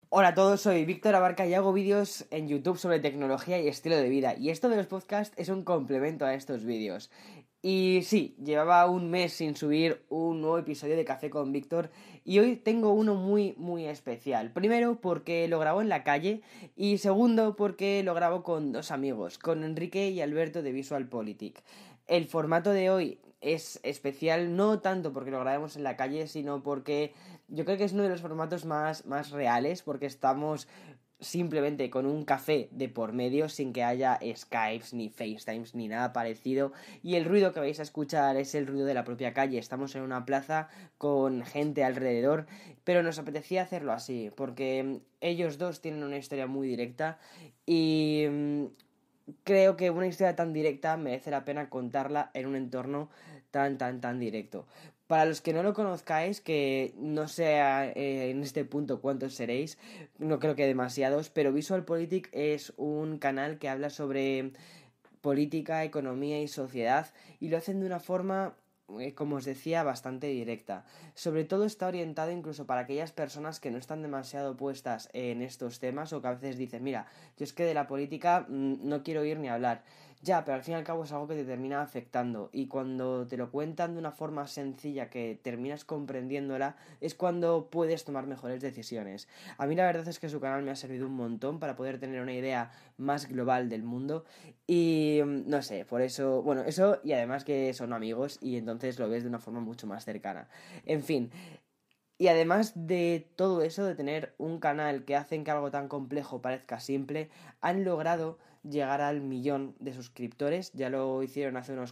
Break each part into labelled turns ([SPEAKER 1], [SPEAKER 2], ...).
[SPEAKER 1] Hola a todos, soy Víctor Abarca y hago vídeos en YouTube sobre tecnología y estilo de vida. Y esto de los podcasts es un complemento a estos vídeos. Y sí, llevaba un mes sin subir un nuevo episodio de Café con Víctor y hoy tengo uno muy especial. Primero porque lo grabo en la calle y segundo porque lo grabo con dos amigos, con Enrique y Alberto de VisualPolitik. El formato de hoy es especial no tanto porque lo grabemos en la calle, sino porque yo creo que es uno de los formatos más reales, porque estamos simplemente con un café de por medio sin que haya Skypes ni FaceTimes ni nada parecido, y el ruido que vais a escuchar es el ruido de la propia calle. Estamos en una plaza con gente alrededor, pero nos apetecía hacerlo así porque ellos dos tienen una historia muy directa y creo que una historia tan directa merece la pena contarla en un entorno tan directo. Para los que no lo conozcáis, que no sé en este punto cuántos seréis, no creo que demasiados, pero VisualPolitik es un canal que habla sobre política, economía y sociedad, y lo hacen de una forma, como os decía, bastante directa. Sobre todo está orientado incluso para aquellas personas que no están demasiado puestas en estos temas o que a veces dicen, mira, yo es que de la política no quiero ir ni hablar. Ya, pero al fin y al cabo es algo que te termina afectando, y cuando te lo cuentan de una forma sencilla que terminas comprendiéndola es cuando puedes tomar mejores decisiones. A mí la verdad es que su canal me ha servido un montón para poder tener una idea más global del mundo y no sé, por eso, bueno, eso y además que son amigos y entonces lo ves de una forma mucho más cercana. En fin, y además de todo eso, de tener un canal que hacen que algo tan complejo parezca simple, han logrado llegar al 1.000.000 de suscriptores. Ya lo hicieron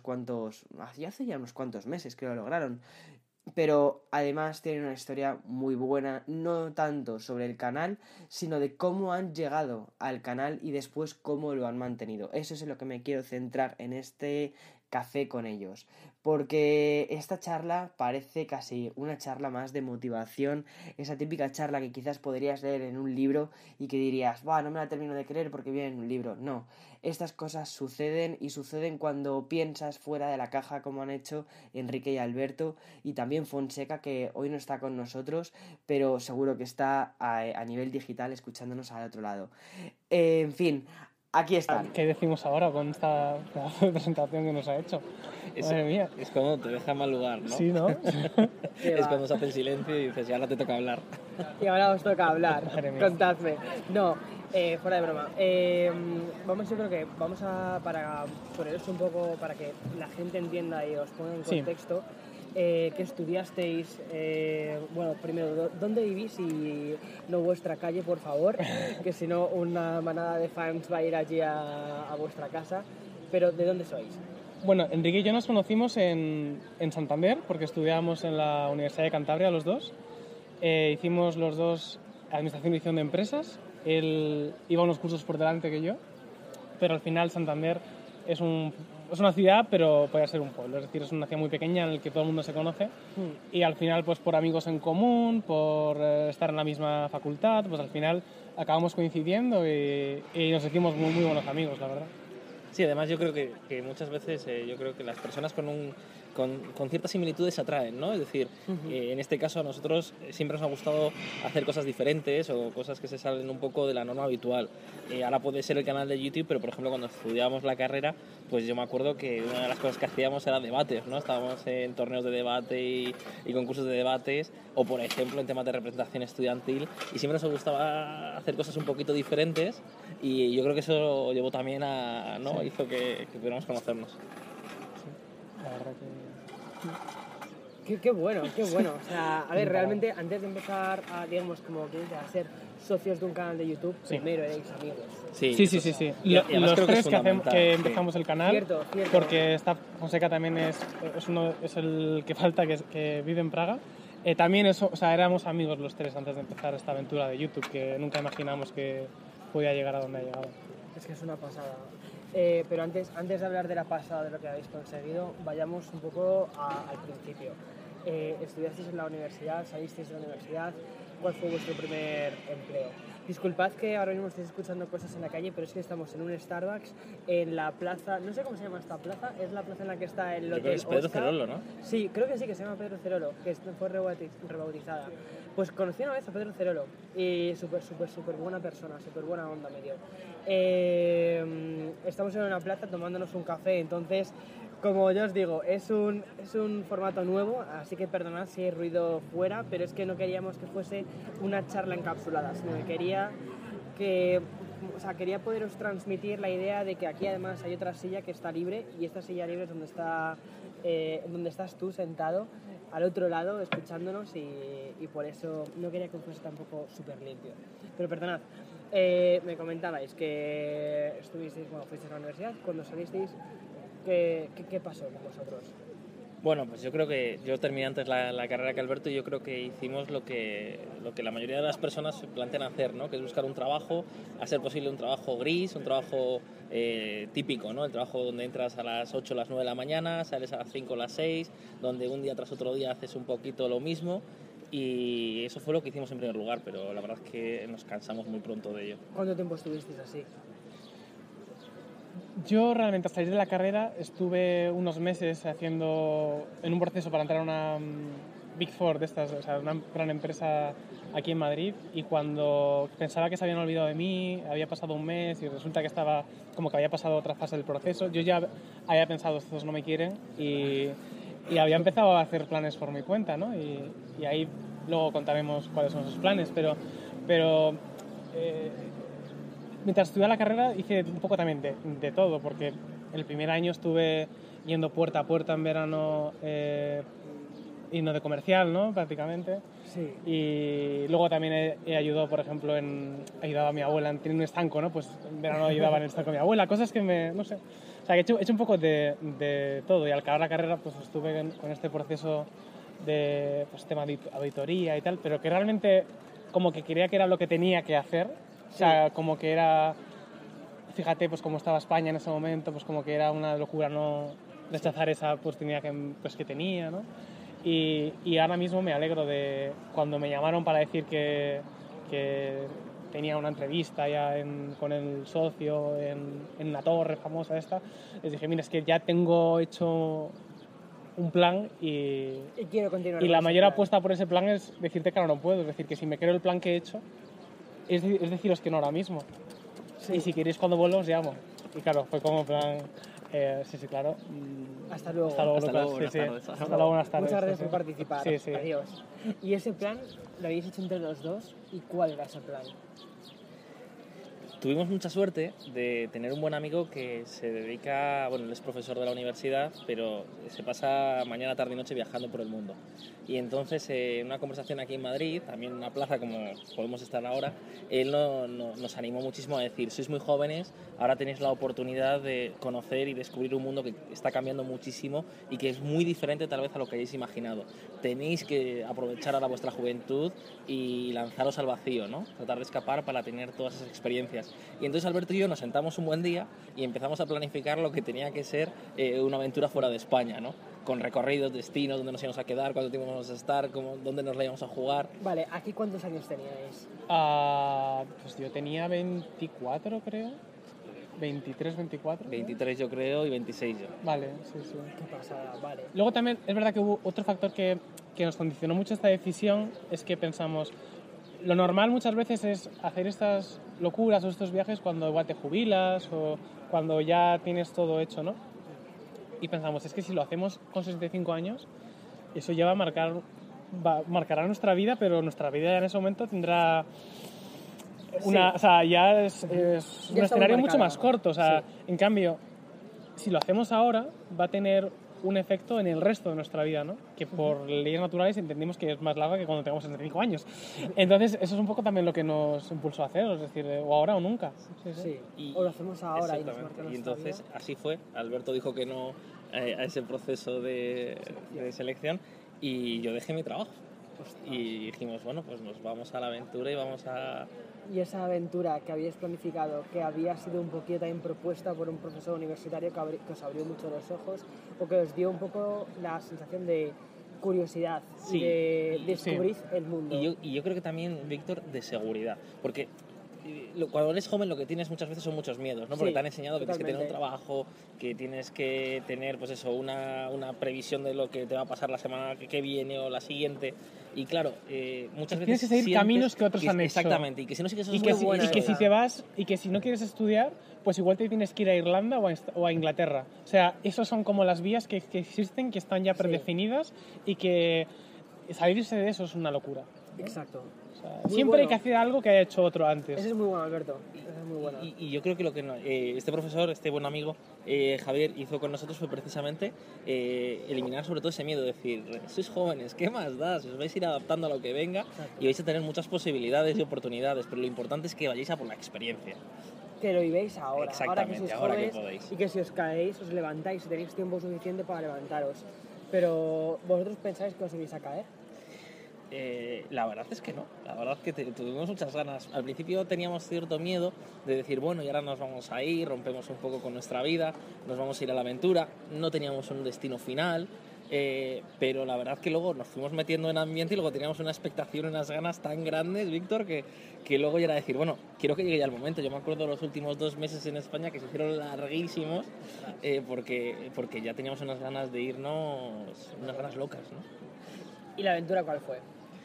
[SPEAKER 1] hace ya unos cuantos meses que lo lograron. Pero además tienen una historia muy buena, no tanto sobre el canal, sino de cómo han llegado al canal y después cómo lo han mantenido. Eso es en lo que me quiero centrar en este café con ellos, porque esta charla parece casi una charla más de motivación, esa típica charla que quizás podrías leer en un libro y que dirías, "Buah, no me la termino de creer porque viene en un libro". No, estas cosas suceden y suceden cuando piensas fuera de la caja, como han hecho Enrique y Alberto, y también Fonseca, que hoy no está con nosotros, pero seguro que está a nivel digital escuchándonos al otro lado. En fin, aquí están.
[SPEAKER 2] ¿Qué decimos ahora con esta presentación que nos ha hecho? Madre mía.
[SPEAKER 3] Es cuando te deja en mal lugar, ¿no?
[SPEAKER 2] Sí, ¿no?
[SPEAKER 3] Es cuando se hace en silencio y dices, y ahora te toca hablar.
[SPEAKER 4] Y ahora os toca hablar.
[SPEAKER 2] Madre mía.
[SPEAKER 4] Contadme. No, fuera de broma. Yo creo que vamos a, para poneros un poco, para que la gente entienda y os ponga en
[SPEAKER 2] Sí.
[SPEAKER 4] contexto, ¿qué estudiasteis? Bueno, primero, ¿dónde vivís? Y no vuestra calle, por favor, que si no una manada de fans va a ir allí a vuestra casa. Pero, ¿de dónde sois?
[SPEAKER 2] Bueno, Enrique y yo nos conocimos en Santander, porque estudiábamos en la Universidad de Cantabria los dos. Hicimos los dos Administración y Dirección de Empresas. Él iba unos cursos por delante que yo, pero al final Santander es una ciudad, pero puede ser un pueblo. Es decir, es una ciudad muy pequeña en la que todo el mundo se conoce. Y al final, pues por amigos en común, por estar en la misma facultad, pues al final acabamos coincidiendo y nos hicimos muy buenos amigos, la verdad.
[SPEAKER 3] Sí, además yo creo que muchas veces yo creo que las personas con ciertas similitudes se atraen, ¿no? Es decir, en este caso a nosotros siempre nos ha gustado hacer cosas diferentes o cosas que se salen un poco de la norma habitual. Ahora puede ser el canal de YouTube, pero por ejemplo cuando estudiábamos la carrera, pues yo me acuerdo que una de las cosas que hacíamos era debates, ¿no? Estábamos en torneos de debate y concursos de debates, o por ejemplo en temas de representación estudiantil, y siempre nos gustaba hacer cosas un poquito diferentes, y yo creo que eso llevó también a, ¿no?
[SPEAKER 2] Sí.
[SPEAKER 3] Hizo que pudiéramos conocernos.
[SPEAKER 2] Sí, la verdad que...
[SPEAKER 4] Qué bueno, qué bueno. O sea, a ver, realmente antes de empezar a, digamos, como que a ser socios de un canal de YouTube,
[SPEAKER 2] Sí.
[SPEAKER 4] primero erais amigos.
[SPEAKER 2] Sí.
[SPEAKER 3] Y además
[SPEAKER 2] Los
[SPEAKER 3] creo que es
[SPEAKER 2] tres que
[SPEAKER 3] fundamental,
[SPEAKER 2] empezamos el canal,
[SPEAKER 4] Cierto.
[SPEAKER 2] porque está Fonseca también es el que falta, que vive en Praga. También éramos amigos los tres antes de empezar esta aventura de YouTube, que nunca imaginamos que podía llegar a donde ha llegado.
[SPEAKER 4] Es que es una pasada. Pero antes de hablar de la pasada, de lo que habéis conseguido, vayamos un poco al principio. Estudiasteis en la universidad, salisteis de la universidad. cuál fue vuestro primer empleo. Disculpad que ahora mismo estéis escuchando cosas en la calle, pero es que estamos en un Starbucks en la plaza, no sé cómo se llama esta plaza, es la plaza en la que está el
[SPEAKER 3] Yo creo
[SPEAKER 4] hotel
[SPEAKER 3] que es Pedro
[SPEAKER 4] Oscar.
[SPEAKER 3] Cerolo, ¿no?
[SPEAKER 4] Sí, creo que sí, que se llama Pedro Cerolo, que fue rebautizada. Pues conocí una vez a Pedro Cerolo y súper buena persona, súper buena onda me dio. Estamos en una plaza tomándonos un café, entonces, como yo os digo, es un formato nuevo, así que perdonad si hay ruido fuera, pero es que no queríamos que fuese una charla encapsulada, sino que quería poderos transmitir la idea de que aquí además hay otra silla que está libre, y esta silla libre es donde estás tú sentado al otro lado escuchándonos, y por eso no quería que fuese tampoco súper limpio. Pero perdonad, me comentabais que fuisteis a la universidad, cuando salisteis, ¿qué pasó con vosotros?
[SPEAKER 3] Bueno, pues yo creo que yo terminé antes la carrera que Alberto y yo creo que hicimos lo que la mayoría de las personas se plantean hacer, ¿no? Que es buscar un trabajo, a ser posible un trabajo gris, un trabajo típico, ¿no? El trabajo donde entras a las 8 o las 9 de la mañana, sales a las 5 o las 6, donde un día tras otro día haces un poquito lo mismo, y eso fue lo que hicimos en primer lugar, pero la verdad es que nos cansamos muy pronto de ello.
[SPEAKER 4] ¿Cuánto tiempo estuvisteis así?
[SPEAKER 2] Yo realmente al salir de la carrera estuve unos meses haciendo en un proceso para entrar a una Big Four de estas, o sea, una gran empresa aquí en Madrid, y cuando pensaba que se habían olvidado de mí, había pasado un mes y resulta que estaba como que había pasado otra fase del proceso, yo ya había pensado, estos no me quieren, y había empezado a hacer planes por mi cuenta, ¿no? Y ahí luego contaremos cuáles son esos planes, pero mientras estudiaba la carrera hice un poco también de todo, porque el primer año estuve yendo puerta a puerta en verano, yendo de comercial, ¿no? Prácticamente.
[SPEAKER 4] Sí.
[SPEAKER 2] Y luego también he ayudado, por ejemplo, ayudaba a mi abuela en tener un estanco, ¿no? Pues en verano ayudaba en el estanco a mi abuela, cosas que no sé. O sea, que he hecho un poco de todo, y al acabar la carrera pues estuve con este proceso de pues, tema de auditoría y tal, pero que realmente como que creía que era lo que tenía que hacer. O sea, como que era, fíjate, pues como estaba España en ese momento, pues como que era una locura no rechazar esa oportunidad que tenía, ¿no? Y ahora mismo me alegro de cuando me llamaron para decir que tenía una entrevista ya con el socio en la torre famosa esta, les dije, mira, es que ya tengo hecho un plan y
[SPEAKER 4] quiero continuar.
[SPEAKER 2] Y la mayor apuesta por ese plan es decirte que ahora no puedo, es decir, que si me creo el plan que he hecho, es deciros que no ahora mismo. Sí. Y si queréis cuando vuelvo os llamo. Y claro, fue como plan, sí, claro.
[SPEAKER 4] Hasta luego.
[SPEAKER 2] Hasta luego, Lucas. Hasta luego, buenas tardes.
[SPEAKER 4] Muchas gracias por participar.
[SPEAKER 2] Sí.
[SPEAKER 4] Adiós. ¿Y ese plan lo habéis hecho entre los dos? ¿Y cuál era ese plan?
[SPEAKER 3] Tuvimos mucha suerte de tener un buen amigo que se dedica, bueno, él es profesor de la universidad, pero se pasa mañana, tarde y noche viajando por el mundo. Y entonces, en una conversación aquí en Madrid, también en una plaza como podemos estar ahora, él nos animó muchísimo a decir, sois muy jóvenes, ahora tenéis la oportunidad de conocer y descubrir un mundo que está cambiando muchísimo y que es muy diferente tal vez a lo que hayáis imaginado. Tenéis que aprovechar ahora vuestra juventud y lanzaros al vacío, ¿no? Tratar de escapar para tener todas esas experiencias. Y entonces Alberto y yo nos sentamos un buen día y empezamos a planificar lo que tenía que ser una aventura fuera de España, ¿no? Con recorridos, destinos, dónde nos íbamos a quedar, cuánto tiempo íbamos a estar, dónde nos la íbamos a jugar.
[SPEAKER 4] Vale, ¿aquí cuántos años teníais?
[SPEAKER 2] Pues yo tenía 24, creo. 23, 24.
[SPEAKER 3] 23 yo creo y 26 yo.
[SPEAKER 2] Vale, sí.
[SPEAKER 4] Qué pasada, vale.
[SPEAKER 2] Luego también es verdad que hubo otro factor que nos condicionó mucho esta decisión, es que pensamos, lo normal muchas veces es hacer estas locuras o estos viajes cuando igual te jubilas o cuando ya tienes todo hecho, ¿no? Y pensamos, es que si lo hacemos con 65 años, eso ya marcará nuestra vida, pero nuestra vida ya en ese momento tendrá o sea, ya es un escenario mucho más corto. O sea, en cambio, si lo hacemos ahora, va a tener un efecto en el resto de nuestra vida, ¿no? Que por leyes naturales entendimos que es más larga que cuando tengamos 65 años. Entonces, eso es un poco también lo que nos impulsó a hacer, es decir, o ahora o nunca.
[SPEAKER 4] Sí. O lo hacemos ahora y nos marca nuestra
[SPEAKER 3] entonces,
[SPEAKER 4] vida.
[SPEAKER 3] así fue. Alberto dijo que no a ese proceso de selección y yo dejé mi trabajo. Y dijimos, bueno, pues nos vamos a la aventura y vamos a...
[SPEAKER 4] Y esa aventura que habíais planificado, que había sido un poquito también propuesta por un profesor universitario que os abrió mucho los ojos o que os dio un poco la sensación de curiosidad
[SPEAKER 3] Sí,
[SPEAKER 4] y de
[SPEAKER 3] y-
[SPEAKER 4] descubrir el mundo.
[SPEAKER 3] Y yo creo que también, Víctor, de seguridad. Porque cuando eres joven lo que tienes muchas veces son muchos miedos, ¿no? Porque
[SPEAKER 4] Sí,
[SPEAKER 3] te han enseñado que tienes que tener un
[SPEAKER 4] totalmente.
[SPEAKER 3] trabajo, que tienes que tener, pues eso, una previsión de lo que te va a pasar la semana que viene o la siguiente. Y claro, muchas
[SPEAKER 2] Tienes
[SPEAKER 3] veces
[SPEAKER 2] que seguir
[SPEAKER 3] sientes
[SPEAKER 2] caminos que otros han hecho.
[SPEAKER 3] Exactamente, y que si no sigues esos
[SPEAKER 2] Y que,
[SPEAKER 3] pasos,
[SPEAKER 2] si,
[SPEAKER 4] buena
[SPEAKER 2] y que si
[SPEAKER 4] esa.
[SPEAKER 2] te vas y que si no quieres estudiar, pues igual te tienes que ir a Irlanda o a Inglaterra. O sea, esas son como las vías que existen, que están ya
[SPEAKER 4] Sí.
[SPEAKER 2] predefinidas y que salirse de eso es una locura.
[SPEAKER 4] Exacto.
[SPEAKER 2] O sea,
[SPEAKER 4] Muy
[SPEAKER 2] siempre hay
[SPEAKER 4] bueno.
[SPEAKER 2] que hacer algo que haya hecho otro antes.
[SPEAKER 4] Ese es muy bueno, Alberto. Ese es muy bueno.
[SPEAKER 3] Y yo creo que lo que este profesor, este buen amigo, Javier, hizo con nosotros fue precisamente eliminar sobre todo ese miedo, decir, sois jóvenes, ¿qué más da? Si os vais a ir adaptando a lo que venga y vais a tener muchas posibilidades y oportunidades, pero lo importante es que vayáis a por la experiencia.
[SPEAKER 4] Que lo vivéis ahora.
[SPEAKER 3] Exactamente,
[SPEAKER 4] Ahora que sois
[SPEAKER 3] ahora que
[SPEAKER 4] jóvenes
[SPEAKER 3] podéis.
[SPEAKER 4] y que si os caéis, os levantáis y tenéis tiempo suficiente para levantaros. Pero, ¿vosotros pensáis que os ibais a caer?
[SPEAKER 3] La verdad es que no, la verdad es que tuvimos muchas ganas. Al principio teníamos cierto miedo de decir, bueno, y ahora nos vamos a ir, rompemos un poco con nuestra vida, nos vamos a ir a la aventura, no teníamos un destino final, pero la verdad que luego nos fuimos metiendo en ambiente y luego teníamos una expectación, unas ganas tan grandes, Víctor, que luego ya era decir, bueno, quiero que llegue ya el momento. Yo me acuerdo de los últimos 2 meses en España que se hicieron larguísimos porque ya teníamos unas ganas de irnos, unas ganas locas, ¿no?
[SPEAKER 4] ¿Y la aventura cuál fue?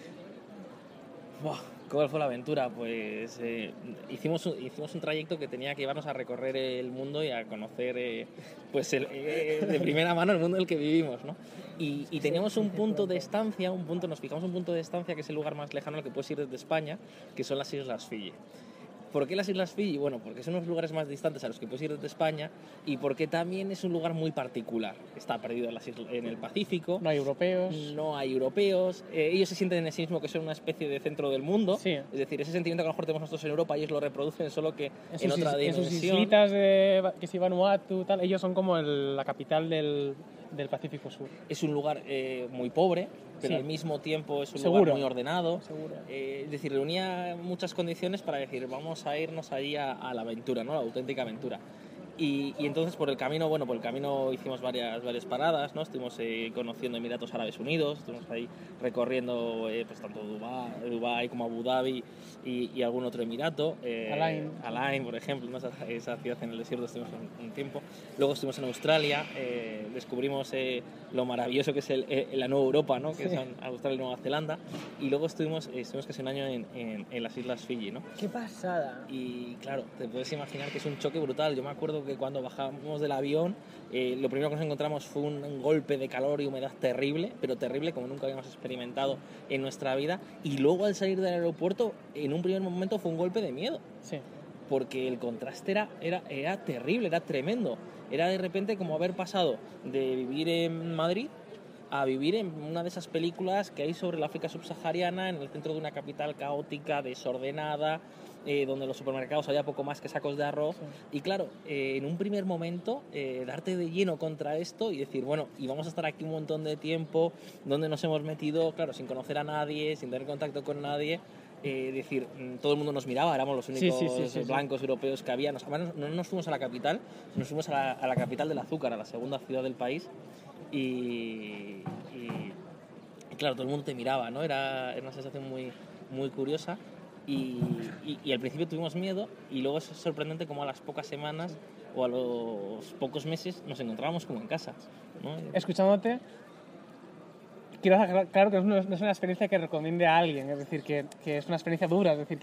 [SPEAKER 3] Buah, ¿cuál fue la aventura? Pues hicimos un trayecto que tenía que llevarnos a recorrer el mundo y a conocer pues de primera mano el mundo en el que vivimos, ¿no? Y teníamos un punto de estancia, nos fijamos un punto de estancia que es el lugar más lejano al que puedes ir desde España, que son las Islas Fiji. ¿Por qué las Islas Fiji? Bueno, porque son los lugares más distantes a los que puedes ir desde España y porque también es un lugar muy particular. Está perdido en el Pacífico.
[SPEAKER 2] No hay europeos.
[SPEAKER 3] No hay europeos. Ellos se sienten en sí mismos que son una especie de centro del mundo.
[SPEAKER 2] Sí.
[SPEAKER 3] Es decir, ese sentimiento que a lo mejor tenemos nosotros en Europa, ellos lo reproducen, solo que en otra
[SPEAKER 2] En sus
[SPEAKER 3] dimensión.
[SPEAKER 2] islitas que si Vanuatu, tal, ellos son como la capital del Pacífico Sur.
[SPEAKER 3] Es un lugar muy pobre, pero
[SPEAKER 2] Sí.
[SPEAKER 3] al mismo tiempo es un
[SPEAKER 2] Seguro.
[SPEAKER 3] lugar muy ordenado.
[SPEAKER 2] Seguro.
[SPEAKER 3] Es decir, reunía muchas condiciones para decir, vamos a irnos allí a la aventura, ¿no? La auténtica aventura. Y entonces por el camino hicimos varias paradas, ¿no? Estuvimos conociendo Emiratos Árabes Unidos, estuvimos ahí recorriendo pues tanto Dubái como Abu Dhabi y algún otro emirato. Al-Ain, por ejemplo, ¿no? esa ciudad en el desierto estuvimos un tiempo. Luego estuvimos en Australia, descubrimos lo maravilloso que es la Nueva Europa, ¿no? Que
[SPEAKER 2] Sí.
[SPEAKER 3] son Australia y Nueva Zelanda. Y luego estuvimos casi un año en las Islas Fiji, ¿no?
[SPEAKER 4] ¡Qué pasada!
[SPEAKER 3] Y claro, te puedes imaginar que es un choque brutal. Yo me acuerdo que cuando bajamos del avión, lo primero que nos encontramos fue un golpe de calor y humedad terrible, pero terrible como nunca habíamos experimentado en nuestra vida. Y luego al salir del aeropuerto, en un primer momento fue un golpe de miedo,
[SPEAKER 2] Sí.
[SPEAKER 3] porque el contraste era terrible, era tremendo. Era de repente como haber pasado de vivir en Madrid a vivir en una de esas películas que hay sobre la África subsahariana, en el centro de una capital caótica, desordenada, donde en los supermercados había poco más que sacos de arroz.
[SPEAKER 2] Sí.
[SPEAKER 3] Y claro, en un primer momento, darte de lleno contra esto y decir, bueno, y vamos a estar aquí un montón de tiempo, donde nos hemos metido, claro, sin conocer a nadie, sin tener contacto con nadie. Decir, todo el mundo nos miraba, éramos los únicos
[SPEAKER 2] Sí.
[SPEAKER 3] blancos europeos que había. No nos fuimos a la capital, nos fuimos a la capital del azúcar, a la segunda ciudad del país. Y claro, todo el mundo te miraba, ¿no? Era una sensación muy curiosa. Y al principio tuvimos miedo y luego es sorprendente como a las pocas semanas o a los pocos meses nos encontrábamos como en casa, ¿no?
[SPEAKER 2] Escuchándote, quiero dejar claro que no es una experiencia que recomiende a alguien, es decir, que es una experiencia dura, es decir,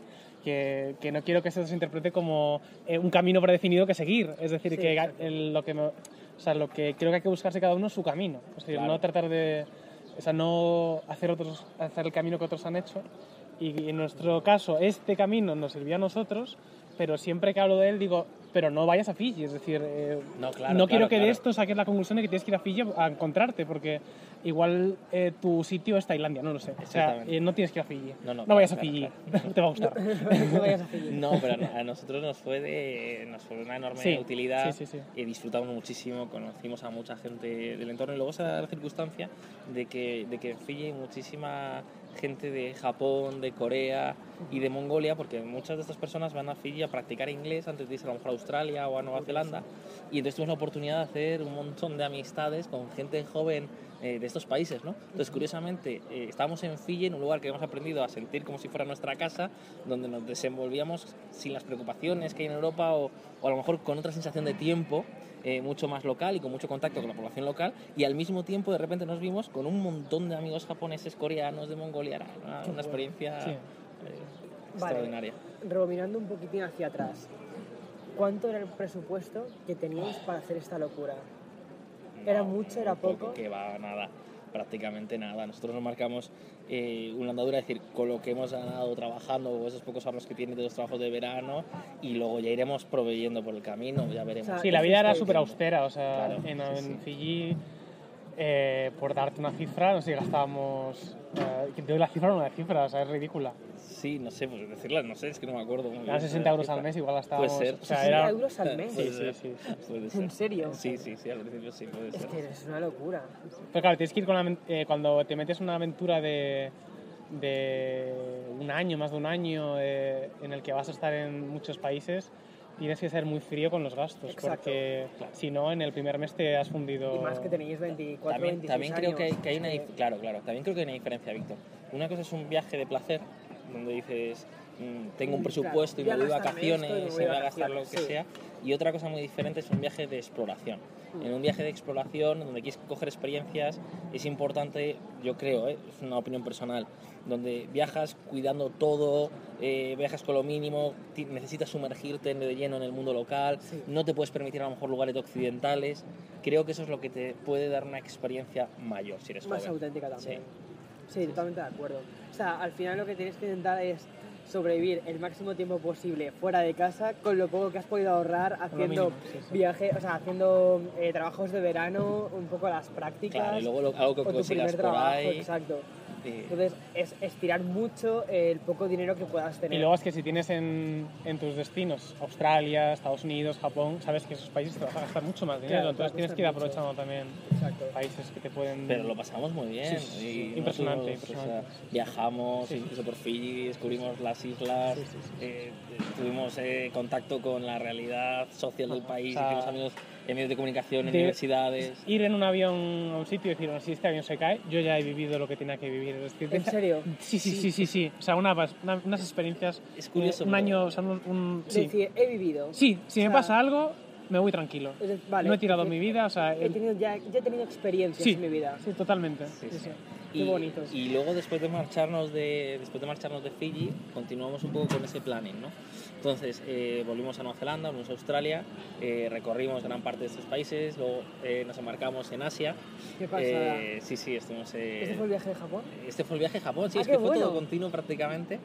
[SPEAKER 2] que no quiero que esto se interprete como un camino predefinido que seguir, es decir,
[SPEAKER 4] Sí,
[SPEAKER 2] que
[SPEAKER 4] exacto.
[SPEAKER 2] lo que creo que hay que buscarse cada uno es su camino, es decir,
[SPEAKER 3] Claro.
[SPEAKER 2] no tratar de, no hacer el camino que otros han hecho, y en nuestro caso este camino nos sirvió a nosotros, pero siempre que hablo de él digo, pero no vayas a Fiji, es decir,
[SPEAKER 3] No, claro,
[SPEAKER 2] no quiero
[SPEAKER 3] claro,
[SPEAKER 2] que de
[SPEAKER 3] claro.
[SPEAKER 2] esto saques la conclusión de que tienes que ir a Fiji a encontrarte, porque igual tu sitio es Tailandia, no lo sé. O sea,
[SPEAKER 3] Exactamente.
[SPEAKER 2] no tienes que ir a Fiji.
[SPEAKER 3] No,
[SPEAKER 2] vayas a
[SPEAKER 3] claro,
[SPEAKER 2] Fiji,
[SPEAKER 3] claro.
[SPEAKER 2] te va a gustar.
[SPEAKER 4] No vayas a Fiji.
[SPEAKER 3] No, pero a nosotros nos fue una enorme
[SPEAKER 2] Sí,
[SPEAKER 3] utilidad.
[SPEAKER 2] sí.
[SPEAKER 3] Y disfrutamos muchísimo, conocimos a mucha gente del entorno y luego se da la circunstancia de que en Fiji hay muchísima gente de Japón, de Corea y de Mongolia, porque muchas de estas personas van a Fiji a practicar inglés antes de irse a lo mejor a Australia o a Nueva Zelanda, y entonces tuvimos la oportunidad de hacer un montón de amistades con gente joven de estos países, ¿no? Entonces, curiosamente, estábamos en Fiji, en un lugar que hemos aprendido a sentir como si fuera nuestra casa, donde nos desenvolvíamos sin las preocupaciones que hay en Europa o a lo mejor con otra sensación de tiempo mucho más local y con mucho contacto con la población local, y al mismo tiempo de repente nos vimos con un montón de amigos japoneses, coreanos, de Mongolia. Era una experiencia extraordinaria.
[SPEAKER 4] Rebobinando un poquitín hacia atrás, ¿cuánto era el presupuesto que teníais para hacer esta locura? ¿Era mucho, era poco?
[SPEAKER 3] Que va, nada, prácticamente nada. Nosotros nos marcamos una andadura, es decir, con lo que hemos ganado trabajando o esos pocos ahorros que tiene de los trabajos de verano, y luego ya iremos proveyendo por el camino, ya veremos.
[SPEAKER 4] O sea,
[SPEAKER 2] Sí, la vida era súper austera, o sea,
[SPEAKER 3] Claro,
[SPEAKER 2] en Fiji, por darte una cifra, no sé, gastábamos... ¿te doy la cifra o no la cifra? O sea, es ridícula.
[SPEAKER 3] Sí, no sé, pues decirla, no sé, es que no me acuerdo muy bien.
[SPEAKER 2] Eran 60 euros al mes, igual gastábamos...
[SPEAKER 3] Puede ser.
[SPEAKER 2] O sea,
[SPEAKER 4] 60
[SPEAKER 2] era...
[SPEAKER 4] euros al mes.
[SPEAKER 2] Sí, sí, sí.
[SPEAKER 3] Puede ser.
[SPEAKER 4] ¿En serio?
[SPEAKER 3] Sí, al principio sí, puede
[SPEAKER 4] Es
[SPEAKER 3] ser.
[SPEAKER 4] que es una locura.
[SPEAKER 2] Pero claro, tienes que ir con cuando te metes en una aventura de un año, más de un año, en el que vas a estar en muchos países, tienes que ser muy frío con los gastos.
[SPEAKER 4] Exacto.
[SPEAKER 2] Porque si no, en el primer mes te has fundido...
[SPEAKER 4] Y más que tenéis 24,
[SPEAKER 3] También
[SPEAKER 4] 26
[SPEAKER 3] creo
[SPEAKER 4] años.
[SPEAKER 3] que hay una claro, también creo que hay una diferencia, Víctor. Una cosa es un viaje de placer, donde dices, tengo un presupuesto y me voy de vacaciones y me voy a gastar lo que sea, y otra cosa muy diferente es un viaje de exploración. En un viaje de exploración, donde quieres coger experiencias, es importante, yo creo, es una opinión personal, donde viajas cuidando todo, viajas con lo mínimo, necesitas sumergirte de lleno en el mundo local, no te puedes permitir a lo mejor lugares occidentales. Creo que eso es lo que te puede dar una experiencia mayor si eres
[SPEAKER 4] Más
[SPEAKER 3] joven.
[SPEAKER 4] auténtica también.
[SPEAKER 3] Sí.
[SPEAKER 4] Sí, totalmente de acuerdo. O sea, al final lo que tienes que intentar es sobrevivir el máximo tiempo posible fuera de casa con lo poco que has podido ahorrar haciendo
[SPEAKER 2] mínimo, sí.
[SPEAKER 4] viajes, o sea, haciendo trabajos de verano, un poco las prácticas.
[SPEAKER 3] Claro, y luego algo que
[SPEAKER 4] o tu
[SPEAKER 3] consigas
[SPEAKER 4] primer
[SPEAKER 3] por
[SPEAKER 4] trabajo,
[SPEAKER 3] ahí.
[SPEAKER 4] exacto.
[SPEAKER 3] Sí.
[SPEAKER 4] Entonces, es estirar mucho el poco dinero que puedas tener.
[SPEAKER 2] Y luego es que si tienes en tus destinos Australia, Estados Unidos, Japón, sabes que esos países te vas a gastar mucho más dinero,
[SPEAKER 4] Claro,
[SPEAKER 2] entonces
[SPEAKER 4] te va a
[SPEAKER 2] tienes que ir
[SPEAKER 4] costar mucho.
[SPEAKER 2] aprovechando también
[SPEAKER 4] Exacto.
[SPEAKER 2] países que te pueden...
[SPEAKER 3] Pero lo pasamos muy bien.
[SPEAKER 2] Sí, sí,
[SPEAKER 3] y
[SPEAKER 2] impresionante,
[SPEAKER 3] nosotros,
[SPEAKER 2] impresionante.
[SPEAKER 3] o sea, viajamos incluso por Fiji, descubrimos las islas, tuvimos contacto con la realidad social del país,
[SPEAKER 2] o sea,
[SPEAKER 3] hicimos amigos en medios de comunicación, en
[SPEAKER 2] de-
[SPEAKER 3] universidades.
[SPEAKER 2] Ir en un avión a un sitio y decir, bueno, si este avión se cae, yo ya he vivido lo que tenía que vivir. Es decir,
[SPEAKER 4] ¿En serio?
[SPEAKER 2] Sí. O sea, unas experiencias...
[SPEAKER 3] Es curioso,
[SPEAKER 2] un
[SPEAKER 3] pero-
[SPEAKER 2] año, o sea,
[SPEAKER 4] Es
[SPEAKER 2] sí.
[SPEAKER 4] decir, he vivido.
[SPEAKER 2] Sí, si
[SPEAKER 4] O
[SPEAKER 2] me
[SPEAKER 4] sea,
[SPEAKER 2] pasa algo, me voy tranquilo.
[SPEAKER 4] vale,
[SPEAKER 2] No he tirado
[SPEAKER 4] porque
[SPEAKER 2] mi vida, o sea...
[SPEAKER 4] ya he tenido experiencias
[SPEAKER 2] Sí,
[SPEAKER 4] en mi vida.
[SPEAKER 2] sí, totalmente.
[SPEAKER 3] Sí,
[SPEAKER 2] Sí,
[SPEAKER 3] sí.
[SPEAKER 2] sí.
[SPEAKER 4] Qué bonitos.
[SPEAKER 3] Y luego después de marcharnos de Fiji, continuamos un poco con ese planning, ¿no? Entonces volvimos a Nueva Zelanda, volvimos a Australia, recorrimos gran parte de estos países, luego nos embarcamos en Asia.
[SPEAKER 4] ¿Qué pasada?
[SPEAKER 3] Sí, estuvimos...
[SPEAKER 4] ¿Este fue el viaje de Japón?
[SPEAKER 3] Este fue el viaje a Japón, sí,
[SPEAKER 4] Ah,
[SPEAKER 3] es
[SPEAKER 4] qué
[SPEAKER 3] que fue
[SPEAKER 4] bueno.
[SPEAKER 3] todo continuo prácticamente.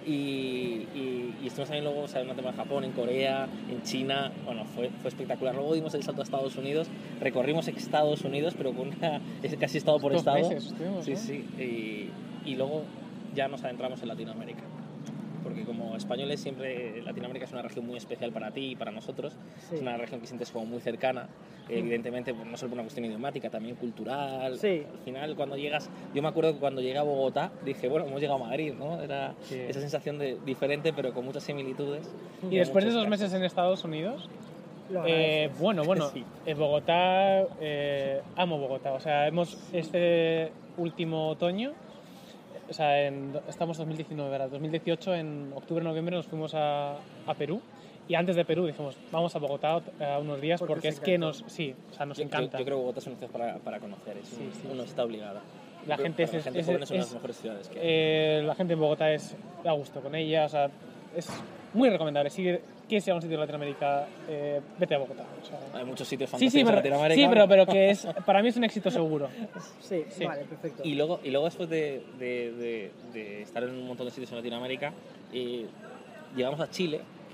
[SPEAKER 3] Y estuvimos también luego, o sea, una temporada en Japón, en Corea, en China. Bueno, fue espectacular. Luego dimos el salto a Estados Unidos, recorrimos Estados Unidos, pero con casi estado por
[SPEAKER 2] 2
[SPEAKER 3] estado.
[SPEAKER 2] meses estuvimos,
[SPEAKER 3] Sí,
[SPEAKER 2] ¿no?
[SPEAKER 3] sí. Y luego ya nos adentramos en Latinoamérica. Porque como españoles siempre Latinoamérica es una región muy especial para ti y para nosotros.
[SPEAKER 4] Sí.
[SPEAKER 3] Es una región que sientes como muy cercana, evidentemente pues, no solo por una cuestión idiomática, también cultural.
[SPEAKER 4] Sí.
[SPEAKER 3] Al final cuando llegas, yo me acuerdo que cuando llegué a Bogotá dije, bueno, hemos llegado a Madrid, ¿no? Era
[SPEAKER 2] Sí.
[SPEAKER 3] esa sensación de diferente pero con muchas similitudes.
[SPEAKER 2] Y después de
[SPEAKER 3] muchos
[SPEAKER 2] 2 meses
[SPEAKER 3] casos.
[SPEAKER 2] en Estados Unidos,
[SPEAKER 4] Lo agradeces.
[SPEAKER 2] bueno,
[SPEAKER 3] Sí.
[SPEAKER 2] Bogotá, amo Bogotá. O sea, este último otoño, o sea, estamos 2019, ¿verdad? 2018, en octubre, noviembre nos fuimos a Perú. Y antes de Perú dijimos, vamos a Bogotá unos días
[SPEAKER 4] Porque
[SPEAKER 2] porque
[SPEAKER 4] os
[SPEAKER 2] es que
[SPEAKER 4] encantó.
[SPEAKER 2] nos
[SPEAKER 3] Yo
[SPEAKER 2] encanta.
[SPEAKER 3] creo que Bogotá es una ciudad para conocer, uno está obligada.
[SPEAKER 2] La gente
[SPEAKER 3] Para
[SPEAKER 2] es-
[SPEAKER 3] la gente
[SPEAKER 2] es-
[SPEAKER 3] joven es una de
[SPEAKER 2] es-
[SPEAKER 3] las mejores ciudades que hay.
[SPEAKER 2] La gente en Bogotá da gusto con ella, o sea, es muy recomendable. Si quieres ir a un sitio de Latinoamérica, vete a Bogotá. O sea,
[SPEAKER 3] Hay muchos sitios
[SPEAKER 2] sí,
[SPEAKER 3] fantásticos en Latinoamérica.
[SPEAKER 2] sí, pero que para mí es un éxito seguro.
[SPEAKER 4] Sí,
[SPEAKER 2] Sí.
[SPEAKER 4] vale, perfecto.
[SPEAKER 3] Y luego después de estar en un montón de sitios en Latinoamérica, llegamos a Chile,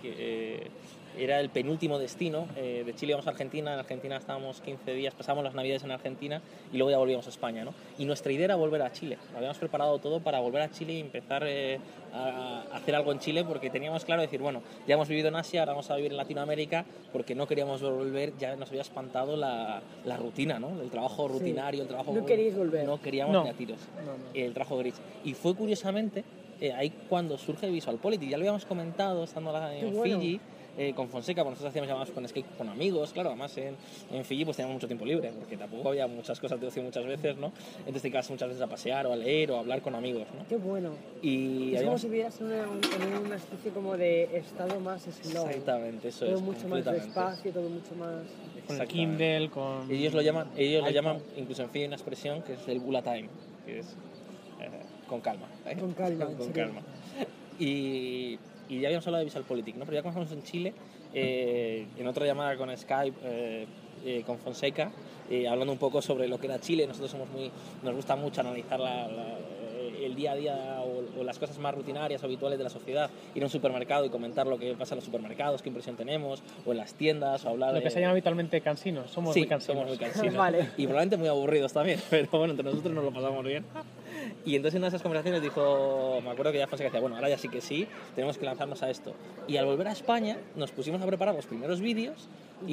[SPEAKER 3] era el penúltimo destino. De Chile íbamos a Argentina, en Argentina estábamos 15 días, pasamos las navidades en Argentina y luego ya volvíamos a España, ¿no? Y nuestra idea era volver a Chile. Habíamos preparado todo para volver a Chile y empezar a hacer algo en Chile, porque teníamos claro decir, bueno, ya hemos vivido en Asia, ahora vamos a vivir en Latinoamérica, porque no queríamos volver, ya nos había espantado la rutina, ¿no? El trabajo rutinario, el trabajo...
[SPEAKER 4] No queríais volver.
[SPEAKER 3] No queríamos ni a tiros.
[SPEAKER 4] No.
[SPEAKER 3] El trabajo gris. Y fue curiosamente ahí cuando surge VisualPolity. Ya lo habíamos comentado estando en Fiji, con Fonseca, pues nosotros hacíamos llamadas con Skype con amigos, claro, además en Fiji pues teníamos mucho tiempo libre, porque tampoco había muchas cosas de ocio muchas veces, ¿no? Entonces te quedas muchas veces a pasear o a leer o a hablar con amigos, ¿no?
[SPEAKER 4] Qué bueno.
[SPEAKER 3] Y
[SPEAKER 4] es como si vivieras en una especie como de estado más slow.
[SPEAKER 3] Exactamente, eso
[SPEAKER 4] todo
[SPEAKER 3] es.
[SPEAKER 4] mucho más despacio, todo mucho más...
[SPEAKER 2] Con el Kindle, con...
[SPEAKER 3] Ellos lo llaman, incluso en Fiji, una expresión que es el Bula Time, que es con calma.
[SPEAKER 4] Con calma,
[SPEAKER 3] con calma. Y ya habíamos hablado de VisualPolity, ¿no? Pero ya cuando estamos en Chile, en otra llamada con Skype, con Fonseca, hablando un poco sobre lo que era Chile, nosotros nos gusta mucho analizar el día a día o las cosas más rutinarias o habituales de la sociedad, ir a un supermercado y comentar lo que pasa en los supermercados, qué impresión tenemos, o en las tiendas, o hablar
[SPEAKER 2] lo que se llama habitualmente cansinos, somos muy cansinos.
[SPEAKER 3] Vale. Y probablemente muy aburridos también, pero bueno, entre nosotros nos lo pasamos bien. Y entonces en una de esas conversaciones dijo, me acuerdo que ya Fonseca decía, bueno, ahora ya sí que sí, tenemos que lanzarnos a esto. Y al volver a España nos pusimos a preparar los primeros vídeos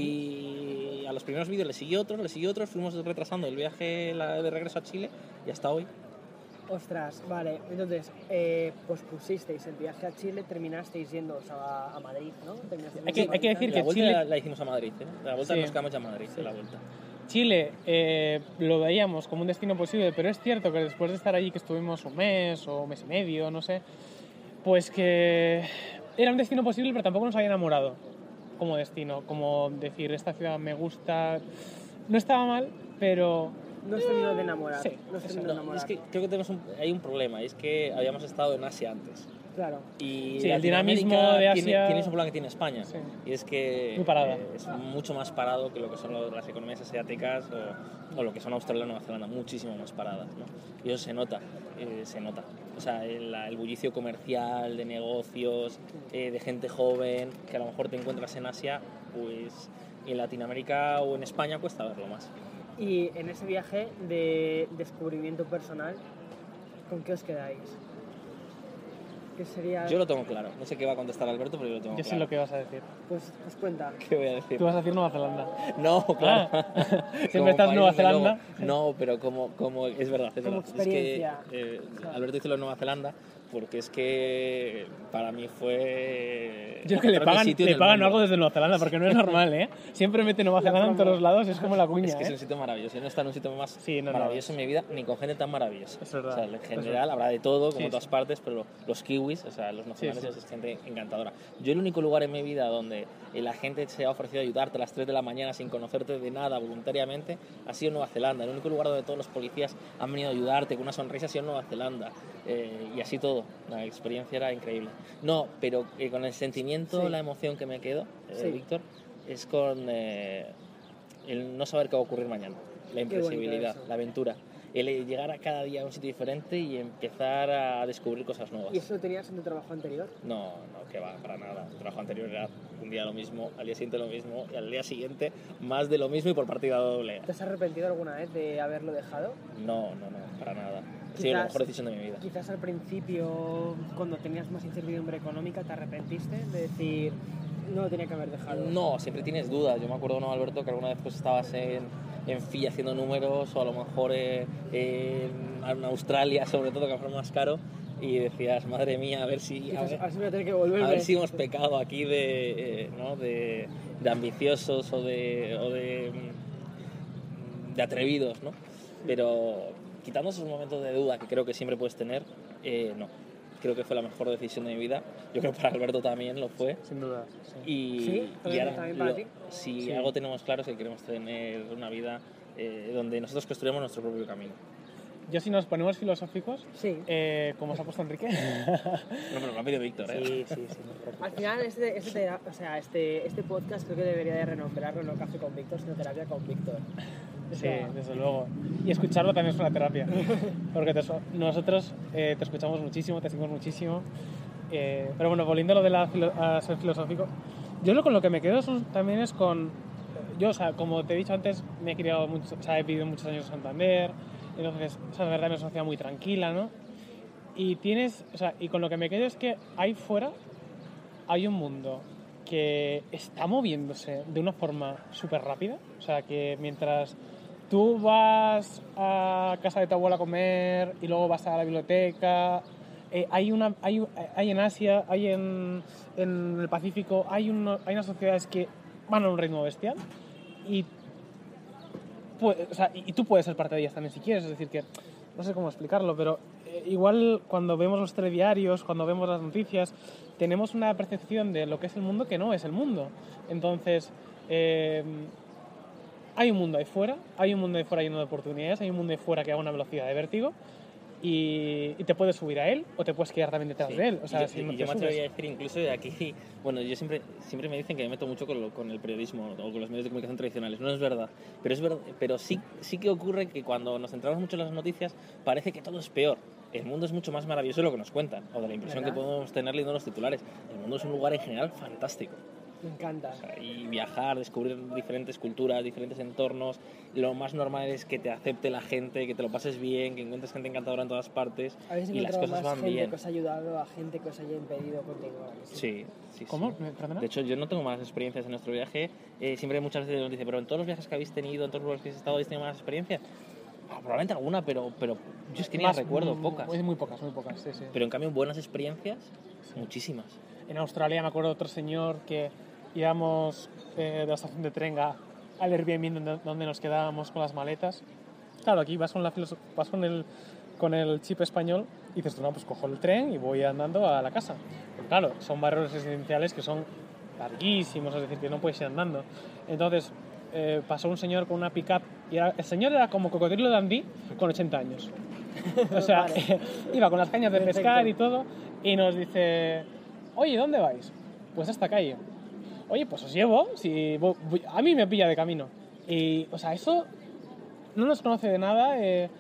[SPEAKER 3] y a los primeros vídeos le siguió otros, fuimos retrasando el viaje de regreso a Chile y hasta hoy.
[SPEAKER 4] Ostras, vale, entonces, pues pusisteis el viaje a Chile, terminasteis yendo a Madrid, ¿no?
[SPEAKER 2] Hay que decir que
[SPEAKER 3] la vuelta
[SPEAKER 2] Chile...
[SPEAKER 3] la hicimos a Madrid, ¿eh? La vuelta nos quedamos ya a Madrid, la vuelta.
[SPEAKER 2] Chile lo veíamos como un destino posible, pero es cierto que después de estar allí, que estuvimos un mes o un mes y medio, no sé, pues que era un destino posible, pero tampoco nos había enamorado como destino, como decir, esta ciudad me gusta, no estaba mal, pero...
[SPEAKER 4] No has terminado de enamorar.
[SPEAKER 2] Sí.
[SPEAKER 4] Es
[SPEAKER 3] que creo que hay un problema, y es que habíamos estado en Asia antes.
[SPEAKER 4] Claro.
[SPEAKER 3] Y
[SPEAKER 2] sí, el dinamismo de Asia
[SPEAKER 3] tiene ese problema que tiene España,
[SPEAKER 2] sí.
[SPEAKER 3] Y es que
[SPEAKER 2] muy parada.
[SPEAKER 3] Es mucho más parado que lo que son las economías asiáticas o lo que son Australia y Nueva Zelanda, muchísimo más paradas, ¿no? Y eso se nota. O sea, el bullicio comercial, de negocios, de gente joven, que a lo mejor te encuentras en Asia, pues en Latinoamérica o en España cuesta verlo más.
[SPEAKER 4] Y en ese viaje de descubrimiento personal, ¿con qué os quedáis? ¿Qué sería?
[SPEAKER 3] Yo lo tengo claro. No sé qué va a contestar Alberto, pero yo lo tengo
[SPEAKER 2] claro. Yo sé lo que vas a decir.
[SPEAKER 4] Pues cuenta.
[SPEAKER 3] ¿Qué voy a decir?
[SPEAKER 2] Tú vas a decir Nueva Zelanda.
[SPEAKER 3] No, claro.
[SPEAKER 2] Siempre estás en Nueva Zelanda.
[SPEAKER 3] No, pero como es verdad.
[SPEAKER 4] Como experiencia.
[SPEAKER 3] Es que Alberto dice lo de Nueva Zelanda porque es que para mí fue...
[SPEAKER 2] Yo creo que le pagan algo desde Nueva Zelanda, porque no es normal, ¿eh? Siempre mete Nueva Zelanda en todos los lados, es como la cuña,
[SPEAKER 3] Es que es un sitio maravilloso. Yo no he estado en un sitio más maravilloso en mi vida, ni con gente tan maravillosa.
[SPEAKER 2] Es verdad.
[SPEAKER 3] O sea, en general habrá de todo, como en todas partes, pero los kiwis, o sea, los nacionales, es gente encantadora. Yo el único lugar en mi vida donde la gente se ha ofrecido a ayudarte a las 3 de la mañana sin conocerte de nada, voluntariamente, ha sido Nueva Zelanda. El único lugar donde todos los policías han venido a ayudarte con una sonrisa ha sido Nueva Zelanda. Y así todo. La experiencia era increíble. No, pero con el sentimiento, la emoción que me quedo, Víctor, es con el no saber qué va a ocurrir mañana. La imprevisibilidad, la aventura. El llegar a cada día a un sitio diferente y empezar a descubrir cosas nuevas.
[SPEAKER 4] ¿Y eso lo tenías en tu trabajo anterior?
[SPEAKER 3] No, que va, para nada. El trabajo anterior era un día lo mismo, al día siguiente lo mismo y al día siguiente más de lo mismo y por partida doble.
[SPEAKER 4] ¿Te has arrepentido alguna vez de haberlo dejado?
[SPEAKER 3] No, para nada. Ha sido la mejor decisión de mi vida.
[SPEAKER 4] Quizás al principio, cuando tenías más incertidumbre económica, ¿te arrepentiste de decir, no lo tenía que haber dejado?
[SPEAKER 3] No, siempre tienes dudas. Yo me acuerdo, ¿no, Alberto, que alguna vez pues estabas en Fiji haciendo números o a lo mejor en Australia, sobre todo, que fue más caro, y decías, madre mía, a ver si
[SPEAKER 4] voy a tener que volverme.
[SPEAKER 3] A ver si hemos pecado aquí de ambiciosos o de atrevidos, ¿no? Pero quitando esos momentos de duda que creo que siempre puedes tener, no. Creo que fue la mejor decisión de mi vida. Yo creo que para Alberto también lo fue.
[SPEAKER 2] Sin duda.
[SPEAKER 3] Sí. Y ahora,
[SPEAKER 4] también para ti.
[SPEAKER 3] Si algo tenemos claro es que queremos tener una vida donde nosotros construyamos nuestro propio camino.
[SPEAKER 2] Yo, si nos ponemos filosóficos, como se ha puesto Enrique.
[SPEAKER 3] No, pero lo ha pedido Víctor,
[SPEAKER 4] Sí. Al final, este podcast creo que debería de renombrarlo, no Café con Víctor, sino Terapia con Víctor.
[SPEAKER 2] Sí, desde luego. Y escucharlo también es una terapia. Porque nosotros te escuchamos muchísimo, te seguimos muchísimo. Pero bueno, volviendo a lo de a ser filosófico, yo con lo que me quedo también es con... Yo, o sea, como te he dicho antes, me he criado mucho, o sea, he vivido muchos años en Santander, entonces, o sea, de verdad, es una ciudad muy tranquila, ¿no? Y y con lo que me quedo es que ahí fuera hay un mundo que está moviéndose de una forma súper rápida, o sea, que mientras tú vas a casa de tu abuela a comer y luego vas a la biblioteca, hay en Asia, hay en el Pacífico, hay unas sociedades que van a un ritmo bestial y, y tú puedes ser parte de ellas también si quieres, es decir, que no sé cómo explicarlo, pero igual cuando vemos los telediarios, cuando vemos las noticias, tenemos una percepción de lo que es el mundo que no es el mundo. Entonces, hay un mundo ahí fuera lleno de oportunidades, hay un mundo ahí fuera que va a una velocidad de vértigo y te puedes subir a él o te puedes quedar también detrás de él. O sea,
[SPEAKER 3] yo me atrevería a decir incluso de aquí, bueno, yo siempre me dicen que me meto mucho con el periodismo o con los medios de comunicación tradicionales. No es verdad, pero sí que ocurre que cuando nos centramos mucho en las noticias parece que todo es peor. El mundo es mucho más maravilloso de lo que nos cuentan o de la impresión que podemos tener leyendo los titulares. El mundo es un lugar en general fantástico.
[SPEAKER 4] Me encanta.
[SPEAKER 3] O sea, y viajar, descubrir diferentes culturas, diferentes entornos. Lo más normal es que te acepte la gente, que te lo pases bien, que encuentres gente encantadora en todas partes y las cosas van bien.
[SPEAKER 4] Gente que os ha ayudado, a gente que os haya impedido continuar.
[SPEAKER 3] Sí.
[SPEAKER 2] ¿Cómo? ¿Perdona?
[SPEAKER 3] De hecho, yo no tengo malas experiencias en nuestro viaje. Siempre muchas veces nos dice, pero en todos los viajes que habéis tenido, en todos los lugares que habéis estado, ¿habéis tenido malas experiencias? Probablemente alguna, pero yo es que ni las recuerdo, pocas.
[SPEAKER 2] Muy pocas, sí.
[SPEAKER 3] Pero en cambio, buenas experiencias, muchísimas.
[SPEAKER 2] En Australia me acuerdo de otro señor que íbamos de la estación de tren al Airbnb donde nos quedábamos con las maletas. Claro, aquí vas con el chip español y dices, no, pues cojo el tren y voy andando a la casa. Pero claro, son barrios residenciales que son larguísimos, es decir, que no puedes ir andando. Entonces, pasó un señor con una pick-up y el señor era como Cocodrilo Dundee con 80 años. O sea, iba con las cañas de pescar y todo y nos dice, oye, ¿dónde vais? Pues a esta calle. Oye, pues os llevo, a mí me pilla de camino. Y, o sea, eso no nos conoce de nada,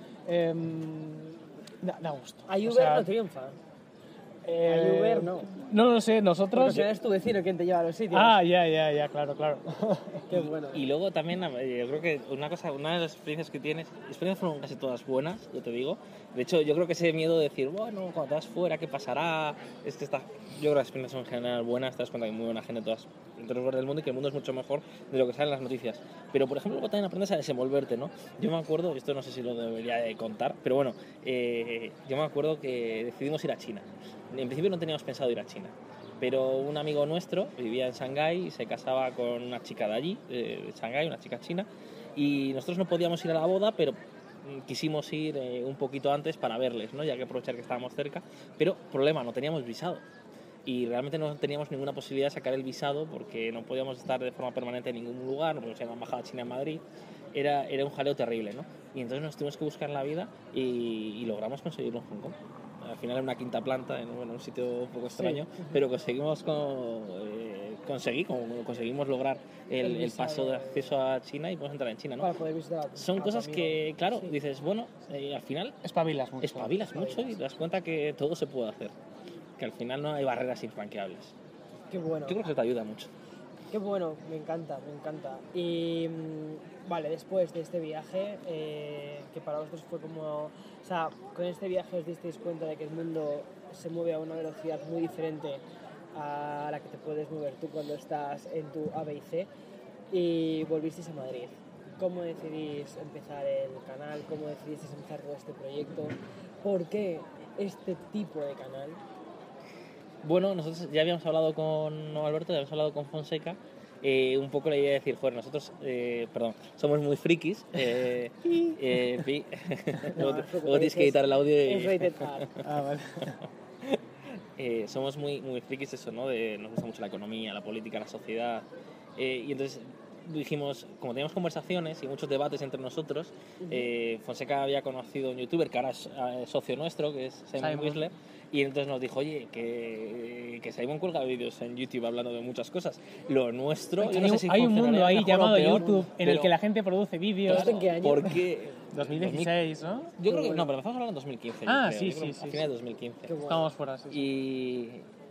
[SPEAKER 2] da gusto.
[SPEAKER 4] ¿A Uber no triunfa? ¿A Uber no?
[SPEAKER 2] No lo sé, nosotros...
[SPEAKER 4] Porque eres tu vecino quien te lleva a los sitios.
[SPEAKER 2] Ah, ya, claro.
[SPEAKER 4] Qué bueno.
[SPEAKER 3] Y luego también, yo creo que una de las experiencias que tienes, experiencias fueron casi todas buenas, yo te digo. De hecho, yo creo que ese miedo de decir, bueno, cuando te vas fuera, ¿qué pasará? Yo creo que las experiencias son en general buenas, te das cuenta que hay muy buena gente en todos los lugares del mundo y que el mundo es mucho mejor de lo que sale en las noticias. Pero, por ejemplo, luego también aprendes a desenvolverte, ¿no? Yo me acuerdo, esto no sé si lo debería de contar, pero bueno, yo me acuerdo que decidimos ir a China. En principio no teníamos pensado ir a China, pero un amigo nuestro vivía en Shanghái y se casaba con una chica de allí, de Shanghái, una chica china, y nosotros no podíamos ir a la boda, pero quisimos ir un poquito antes para verles, ¿no? Ya que aprovechar que estábamos cerca, pero problema, no teníamos visado. Y realmente no teníamos ninguna posibilidad de sacar el visado porque no podíamos estar de forma permanente en ningún lugar, no podíamos ir a la embajada china en Madrid, era un jaleo terrible, ¿no? Y entonces nos tuvimos que buscar la vida y logramos conseguirlo en Hong Kong. Al final en una quinta planta, en un sitio un poco extraño, pero conseguimos lograr el paso de acceso a China y podemos entrar en China, ¿no?
[SPEAKER 4] Para poder visitar
[SPEAKER 3] Son cosas que, claro, dices, bueno, al final
[SPEAKER 2] espabilas mucho
[SPEAKER 3] y te das cuenta que todo se puede hacer, que al final no hay barreras infranqueables.
[SPEAKER 4] Qué bueno.
[SPEAKER 3] Yo creo que te ayuda mucho.
[SPEAKER 4] Qué bueno, me encanta. Y vale, después de este viaje, que para vosotros fue como... O sea, con este viaje os disteis cuenta de que el mundo se mueve a una velocidad muy diferente a la que te puedes mover tú cuando estás en tu A, B y C, y volvisteis a Madrid. ¿Cómo decidís empezar el canal? ¿Cómo decidisteis empezar todo este proyecto? ¿Por qué este tipo de canal?
[SPEAKER 3] Bueno, nosotros ya habíamos hablado con Alberto, ya habíamos hablado con Fonseca, un poco la idea de decir, joder, nosotros, somos muy frikis, luego tienes que editar el audio
[SPEAKER 4] Es rated R.
[SPEAKER 2] Vale.
[SPEAKER 3] Somos muy frikis eso, ¿no? Nos gusta mucho la economía, la política, la sociedad, y entonces dijimos, como teníamos conversaciones y muchos debates entre nosotros, Fonseca había conocido a un youtuber que ahora es socio nuestro, que es Simon Whistler, y entonces nos dijo, oye, que Simon cuelga vídeos en YouTube hablando de muchas cosas. Lo nuestro...
[SPEAKER 2] Yo no sé si hay un mundo ahí llamado YouTube en el que la gente produce vídeos.
[SPEAKER 4] ¿En qué año?
[SPEAKER 3] Porque
[SPEAKER 2] 2016, ¿no?
[SPEAKER 3] yo creo que no, pero empezamos a hablar en 2015.
[SPEAKER 2] Ah,
[SPEAKER 3] yo creo.
[SPEAKER 2] sí.
[SPEAKER 3] A finales de 2015.
[SPEAKER 2] Estamos fuera, sí.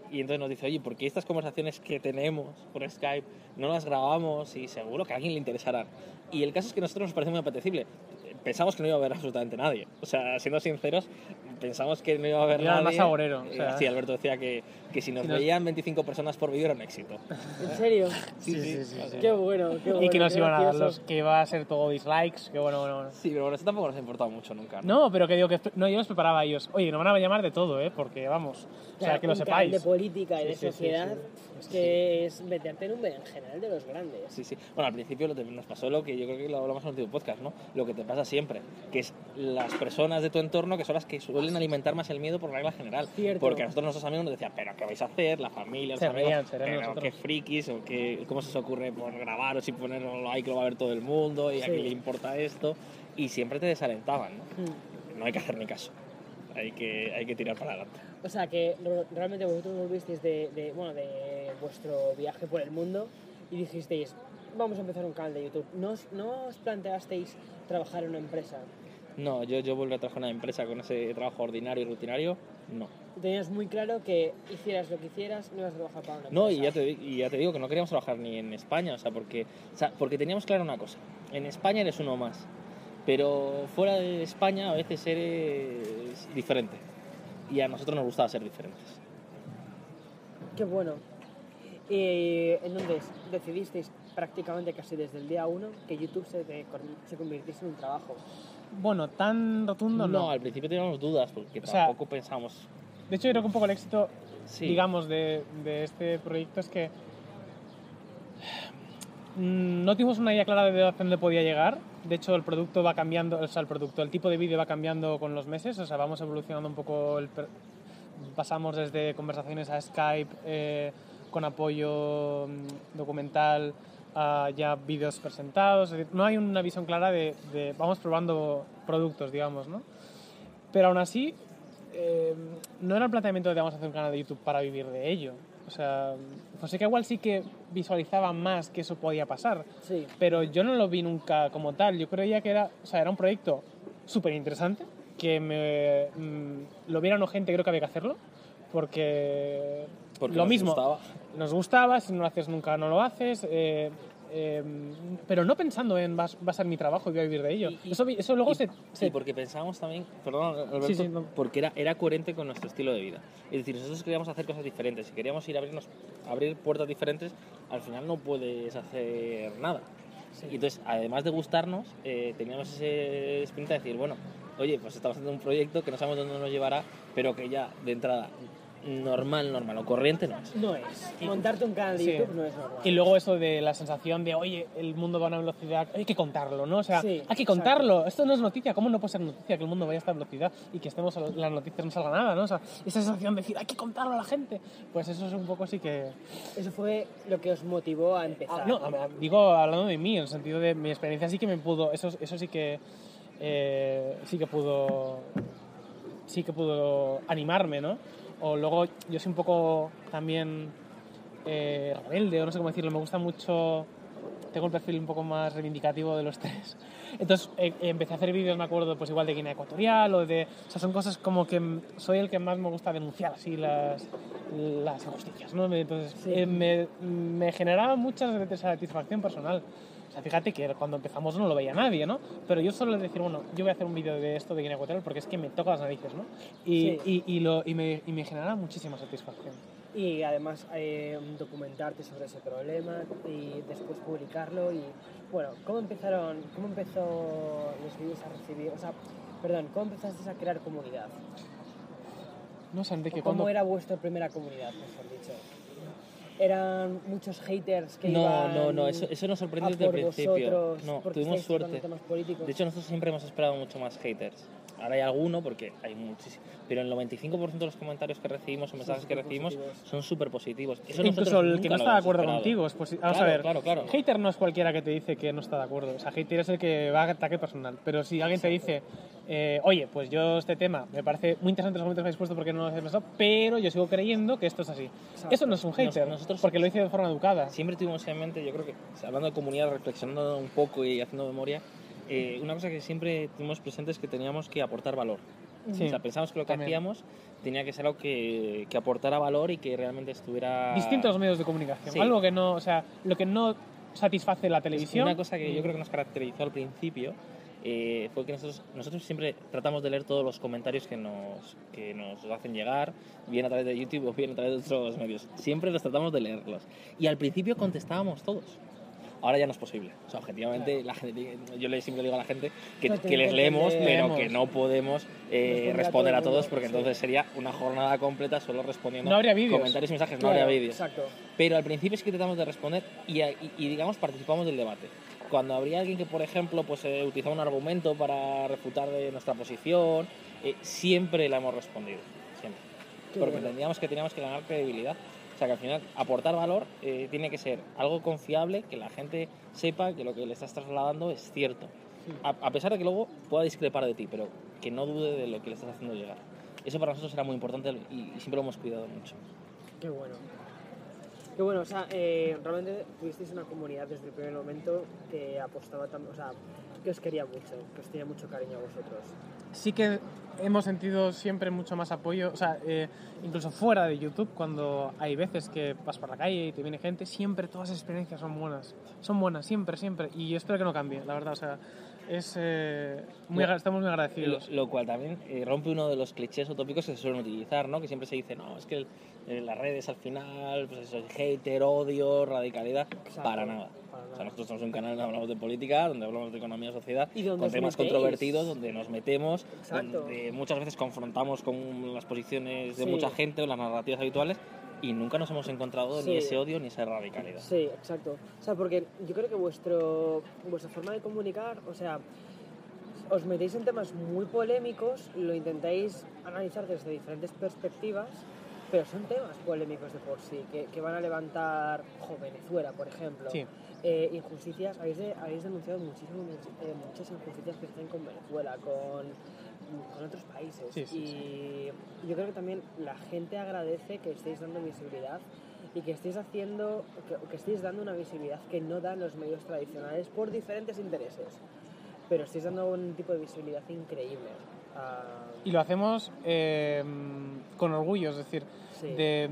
[SPEAKER 3] y entonces nos dice, oye, ¿por qué estas conversaciones que tenemos por Skype no las grabamos y seguro que a alguien le interesarán? Y el caso es que a nosotros nos parece muy apetecible. Pensamos que no iba a haber absolutamente nadie. O sea, siendo sinceros, pensamos que no iba a haber
[SPEAKER 2] Era
[SPEAKER 3] nadie.
[SPEAKER 2] más agorero. O sea,
[SPEAKER 3] Sí, Alberto decía que si nos veían 25 personas por vídeo era un éxito.
[SPEAKER 4] ¿En serio?
[SPEAKER 2] sí.
[SPEAKER 4] Qué bueno, qué bueno.
[SPEAKER 2] Y que nos
[SPEAKER 4] qué
[SPEAKER 2] iban a dar
[SPEAKER 4] gracioso.
[SPEAKER 2] que iba a ser todo dislikes, que bueno.
[SPEAKER 3] Sí, pero bueno, eso tampoco nos ha importado mucho nunca.
[SPEAKER 2] No, pero que digo que no, yo los preparaba a ellos. Oye, nos van a llamar de todo, porque vamos. O sea,
[SPEAKER 4] Claro,
[SPEAKER 2] que lo
[SPEAKER 4] un canal
[SPEAKER 2] sepáis.
[SPEAKER 4] de política y de
[SPEAKER 2] Sí,
[SPEAKER 4] sociedad,
[SPEAKER 2] sí.
[SPEAKER 4] es que es meterte en un berenjenal de los grandes.
[SPEAKER 3] Sí. Bueno, al principio nos pasó lo que yo creo que lo hablamos en el último podcast, ¿no? Lo que te pasa siempre, que es las personas de tu entorno que son las que suelen alimentar más el miedo por regla general.
[SPEAKER 4] Cierto.
[SPEAKER 3] Porque a nosotros nuestros amigos nos decían, ¿pero qué vais a hacer? La familia, los
[SPEAKER 2] Se
[SPEAKER 3] amigos,
[SPEAKER 2] reían de
[SPEAKER 3] pero
[SPEAKER 2] nosotros.
[SPEAKER 3] qué frikis, o cómo se os ocurre por grabaros y ponerlo ahí que lo va a ver todo el mundo y a
[SPEAKER 4] Sí.
[SPEAKER 3] quién le importa esto. Y siempre te desalentaban, ¿no?
[SPEAKER 4] Mm.
[SPEAKER 3] No hay que hacer ni caso. Hay que tirar para adelante.
[SPEAKER 4] O sea que realmente vosotros volvisteis de vuestro viaje por el mundo y dijisteis, vamos a empezar un canal de YouTube. ¿No os planteasteis trabajar en una empresa?
[SPEAKER 3] No, yo vuelvo a trabajar en una empresa con ese trabajo ordinario y rutinario, no.
[SPEAKER 4] Tenías muy claro que hicieras lo que hicieras, no ibas a trabajar para una empresa.
[SPEAKER 3] No, y ya te digo que no queríamos trabajar ni en España, porque teníamos claro una cosa, en España eres uno más, pero fuera de España a veces eres diferente, y a nosotros nos gustaba ser diferentes.
[SPEAKER 4] Qué bueno. Y entonces decidisteis prácticamente casi desde el día 1 que YouTube se convirtiese en un trabajo.
[SPEAKER 2] Bueno, tan rotundo no.
[SPEAKER 3] Al principio teníamos dudas, porque
[SPEAKER 2] O sea,
[SPEAKER 3] tampoco pensamos...
[SPEAKER 2] De hecho, yo creo que un poco el éxito,
[SPEAKER 3] Sí.
[SPEAKER 2] digamos, de este proyecto es que no tuvimos una idea clara de dónde podía llegar. De hecho, el producto va cambiando, o sea, el tipo de vídeo va cambiando con los meses. O sea, vamos evolucionando un poco. Pasamos desde conversaciones a Skype con apoyo documental a ya vídeos presentados. Es decir, no hay una visión clara vamos probando productos, digamos, ¿no? Pero aún así, no era el planteamiento de vamos a hacer un canal de YouTube para vivir de ello. O sea, Fonseca igual sí que visualizaba más que eso podía pasar,
[SPEAKER 4] Sí.
[SPEAKER 2] pero yo no lo vi nunca como tal. Yo creía que era un proyecto súper interesante, que lo viera no gente, creo que había que hacerlo, porque lo
[SPEAKER 3] nos
[SPEAKER 2] mismo,
[SPEAKER 3] gustaba.
[SPEAKER 2] nos gustaba, si no lo haces nunca no lo haces, pero no pensando en va a ser mi trabajo y voy a vivir de ello. Eso luego
[SPEAKER 3] Y porque pensábamos también, perdón Alberto,
[SPEAKER 2] Sí, no.
[SPEAKER 3] porque era coherente con nuestro estilo de vida. Es decir, nosotros queríamos hacer cosas diferentes, si queríamos ir a abrir puertas diferentes, al final no puedes hacer nada. Y entonces, además de gustarnos, teníamos ese espíritu de decir, bueno, oye, pues estamos haciendo un proyecto que no sabemos dónde nos llevará, pero que ya de entrada normal o corriente no es.
[SPEAKER 4] No es. Montarte un canal de
[SPEAKER 2] Sí.
[SPEAKER 4] YouTube no es normal.
[SPEAKER 2] Y luego eso de la sensación de, oye, el mundo va a una velocidad, hay que contarlo, ¿no? O sea,
[SPEAKER 4] Sí,
[SPEAKER 2] hay que contarlo. Esto no es noticia. ¿Cómo no puede ser noticia que el mundo vaya a esta velocidad y que estemos las noticias no salga nada, ¿no? O sea, esa sensación de decir, hay que contarlo a la gente. Pues eso es un poco sí que...
[SPEAKER 4] Eso fue lo que os motivó a empezar.
[SPEAKER 2] No, digo, hablando de mí, en el sentido de mi experiencia sí que me pudo... Eso sí que... sí que pudo animarme, ¿no? O luego yo soy un poco también rebelde, o no sé cómo decirlo, me gusta mucho, tengo el perfil un poco más reivindicativo de los tres. Entonces empecé a hacer vídeos, me acuerdo, pues igual de Guinea Ecuatorial, o sea, son cosas como que soy el que más me gusta denunciar así las injusticias, ¿no? Entonces
[SPEAKER 4] Sí.
[SPEAKER 2] me generaba mucha satisfacción personal. O sea, fíjate que cuando empezamos no lo veía nadie, ¿no? Pero yo solo decir, bueno, yo voy a hacer un vídeo de esto de Guinea Ecuatorial porque es que me toca las narices, ¿no?
[SPEAKER 4] Sí.
[SPEAKER 2] Y me generaba muchísima satisfacción.
[SPEAKER 4] Y además documentarte sobre ese problema y después publicarlo. Y bueno, ¿cómo empezó los vídeos a recibir? O sea, perdón, ¿cómo empezaste a crear comunidad?
[SPEAKER 2] No sé, Enrique,
[SPEAKER 4] ¿Cómo era vuestra primera comunidad, mejor dicho? ¿Eran muchos haters que
[SPEAKER 3] No,
[SPEAKER 4] iban
[SPEAKER 3] eso nos sorprendió
[SPEAKER 4] a
[SPEAKER 3] desde el
[SPEAKER 4] por
[SPEAKER 3] principio.
[SPEAKER 4] vosotros
[SPEAKER 3] No,
[SPEAKER 4] porque
[SPEAKER 3] tuvimos
[SPEAKER 4] estáis tocando
[SPEAKER 3] suerte.
[SPEAKER 4] temas políticos?
[SPEAKER 3] De hecho, nosotros siempre hemos esperado mucho más haters. Ahora hay alguno, porque hay muchísimo. Pero el 95% de los comentarios que recibimos o mensajes que recibimos
[SPEAKER 4] superpositivos.
[SPEAKER 3] son súper positivos. Eso
[SPEAKER 2] Incluso
[SPEAKER 3] nosotros
[SPEAKER 2] el
[SPEAKER 3] nunca
[SPEAKER 2] que no
[SPEAKER 3] lo
[SPEAKER 2] está de
[SPEAKER 3] habíamos
[SPEAKER 2] acuerdo
[SPEAKER 3] esperado.
[SPEAKER 2] contigo. Pues, vamos
[SPEAKER 3] Claro,
[SPEAKER 2] a ver,
[SPEAKER 3] claro.
[SPEAKER 2] hater no es cualquiera que te dice que no está de acuerdo. O sea, hater es el que va a ataque personal. Pero si alguien te dice, oye, pues yo este tema me parece muy interesante los comentarios que habéis puesto porque no lo he pensado, pero yo sigo creyendo que esto es así.
[SPEAKER 4] Exacto.
[SPEAKER 2] Eso no es un hater,
[SPEAKER 3] Nosotros-
[SPEAKER 2] porque lo hice de forma educada.
[SPEAKER 3] Siempre tuvimos en mente, yo creo que, o sea, hablando de comunidad, reflexionando un poco y haciendo memoria, una cosa que siempre tuvimos presente es que teníamos que aportar valor.
[SPEAKER 2] Sí,
[SPEAKER 3] O sea, pensamos que lo que
[SPEAKER 2] también.
[SPEAKER 3] hacíamos tenía que ser algo que aportara valor y que realmente estuviera...
[SPEAKER 2] Distinto a los medios de comunicación.
[SPEAKER 3] Sí.
[SPEAKER 2] Algo que no, o sea, lo que no satisface la
[SPEAKER 3] Es
[SPEAKER 2] televisión.
[SPEAKER 3] una cosa que yo creo que nos caracterizó al principio fue que nosotros siempre tratamos de leer todos los comentarios que nos hacen llegar, bien a través de YouTube o bien a través de otros medios. Siempre los tratamos de leerlos. Y al principio contestábamos todos. Ahora ya no es posible. O sea, objetivamente, la gente, yo siempre digo a la gente que,
[SPEAKER 4] No,
[SPEAKER 3] que les leemos, pero
[SPEAKER 2] leemos.
[SPEAKER 3] que no podemos responder a todos, porque entonces sería una jornada completa solo respondiendo
[SPEAKER 2] No habría vídeos.
[SPEAKER 3] comentarios y mensajes, no
[SPEAKER 4] Claro,
[SPEAKER 3] habría vídeos.
[SPEAKER 4] Exacto.
[SPEAKER 3] Pero al principio sí que tratamos de responder y digamos, participamos del debate. Cuando habría alguien que, por ejemplo, pues utilizaba un argumento para refutar de nuestra posición, siempre la hemos respondido, siempre.
[SPEAKER 4] Qué
[SPEAKER 3] Porque
[SPEAKER 4] bueno.
[SPEAKER 3] entendíamos que teníamos que ganar credibilidad. O sea, que al final aportar valor tiene que ser algo confiable, que la gente sepa que lo que le estás trasladando es cierto. A pesar de que luego pueda discrepar de ti, pero que no dude de lo que le estás haciendo llegar. Eso para nosotros era muy importante y siempre lo hemos cuidado mucho.
[SPEAKER 4] Qué bueno. Qué bueno, o sea, realmente tuvisteis una comunidad desde el primer momento que apostaba también, o sea, que os quería mucho, que os tenía mucho cariño a vosotros.
[SPEAKER 2] Sí que hemos sentido siempre mucho más apoyo, o sea, incluso fuera de YouTube, cuando hay veces que vas por la calle y te viene gente, siempre todas las experiencias son buenas, siempre, y yo espero que no cambie, la verdad, o sea, estamos muy agradecidos.
[SPEAKER 3] Lo cual también rompe uno de los clichés utópicos que se suelen utilizar, ¿no? Que siempre se dice, no, es que las redes al final, pues eso, hater, odio, radicalidad,
[SPEAKER 4] Exacto.
[SPEAKER 3] para nada. O sea, nosotros somos un canal donde hablamos de política, donde hablamos de economía y sociedad,
[SPEAKER 4] Y donde
[SPEAKER 3] con
[SPEAKER 4] os
[SPEAKER 3] temas
[SPEAKER 4] metéis.
[SPEAKER 3] controvertidos, donde nos metemos,
[SPEAKER 4] Exacto.
[SPEAKER 3] donde muchas veces confrontamos con las posiciones de
[SPEAKER 4] Sí.
[SPEAKER 3] mucha gente o las narrativas habituales y nunca nos hemos encontrado
[SPEAKER 4] Sí.
[SPEAKER 3] ni ese odio ni esa radicalidad.
[SPEAKER 4] Sí, exacto. O sea, porque yo creo que vuestra forma de comunicar, o sea, os metéis en temas muy polémicos, lo intentáis analizar desde diferentes perspectivas, pero son temas polémicos de por sí, que van a levantar, Venezuela, por ejemplo.
[SPEAKER 2] Sí.
[SPEAKER 4] Injusticias, habéis denunciado muchas injusticias que se hacen con Venezuela, con otros países.
[SPEAKER 2] Sí, sí,
[SPEAKER 4] y yo creo que también la gente agradece que estéis dando visibilidad y que estéis dando una visibilidad que no dan los medios tradicionales por diferentes intereses. Pero estáis dando un tipo de visibilidad increíble.
[SPEAKER 2] Y lo hacemos con orgullo, es decir,
[SPEAKER 4] Sí.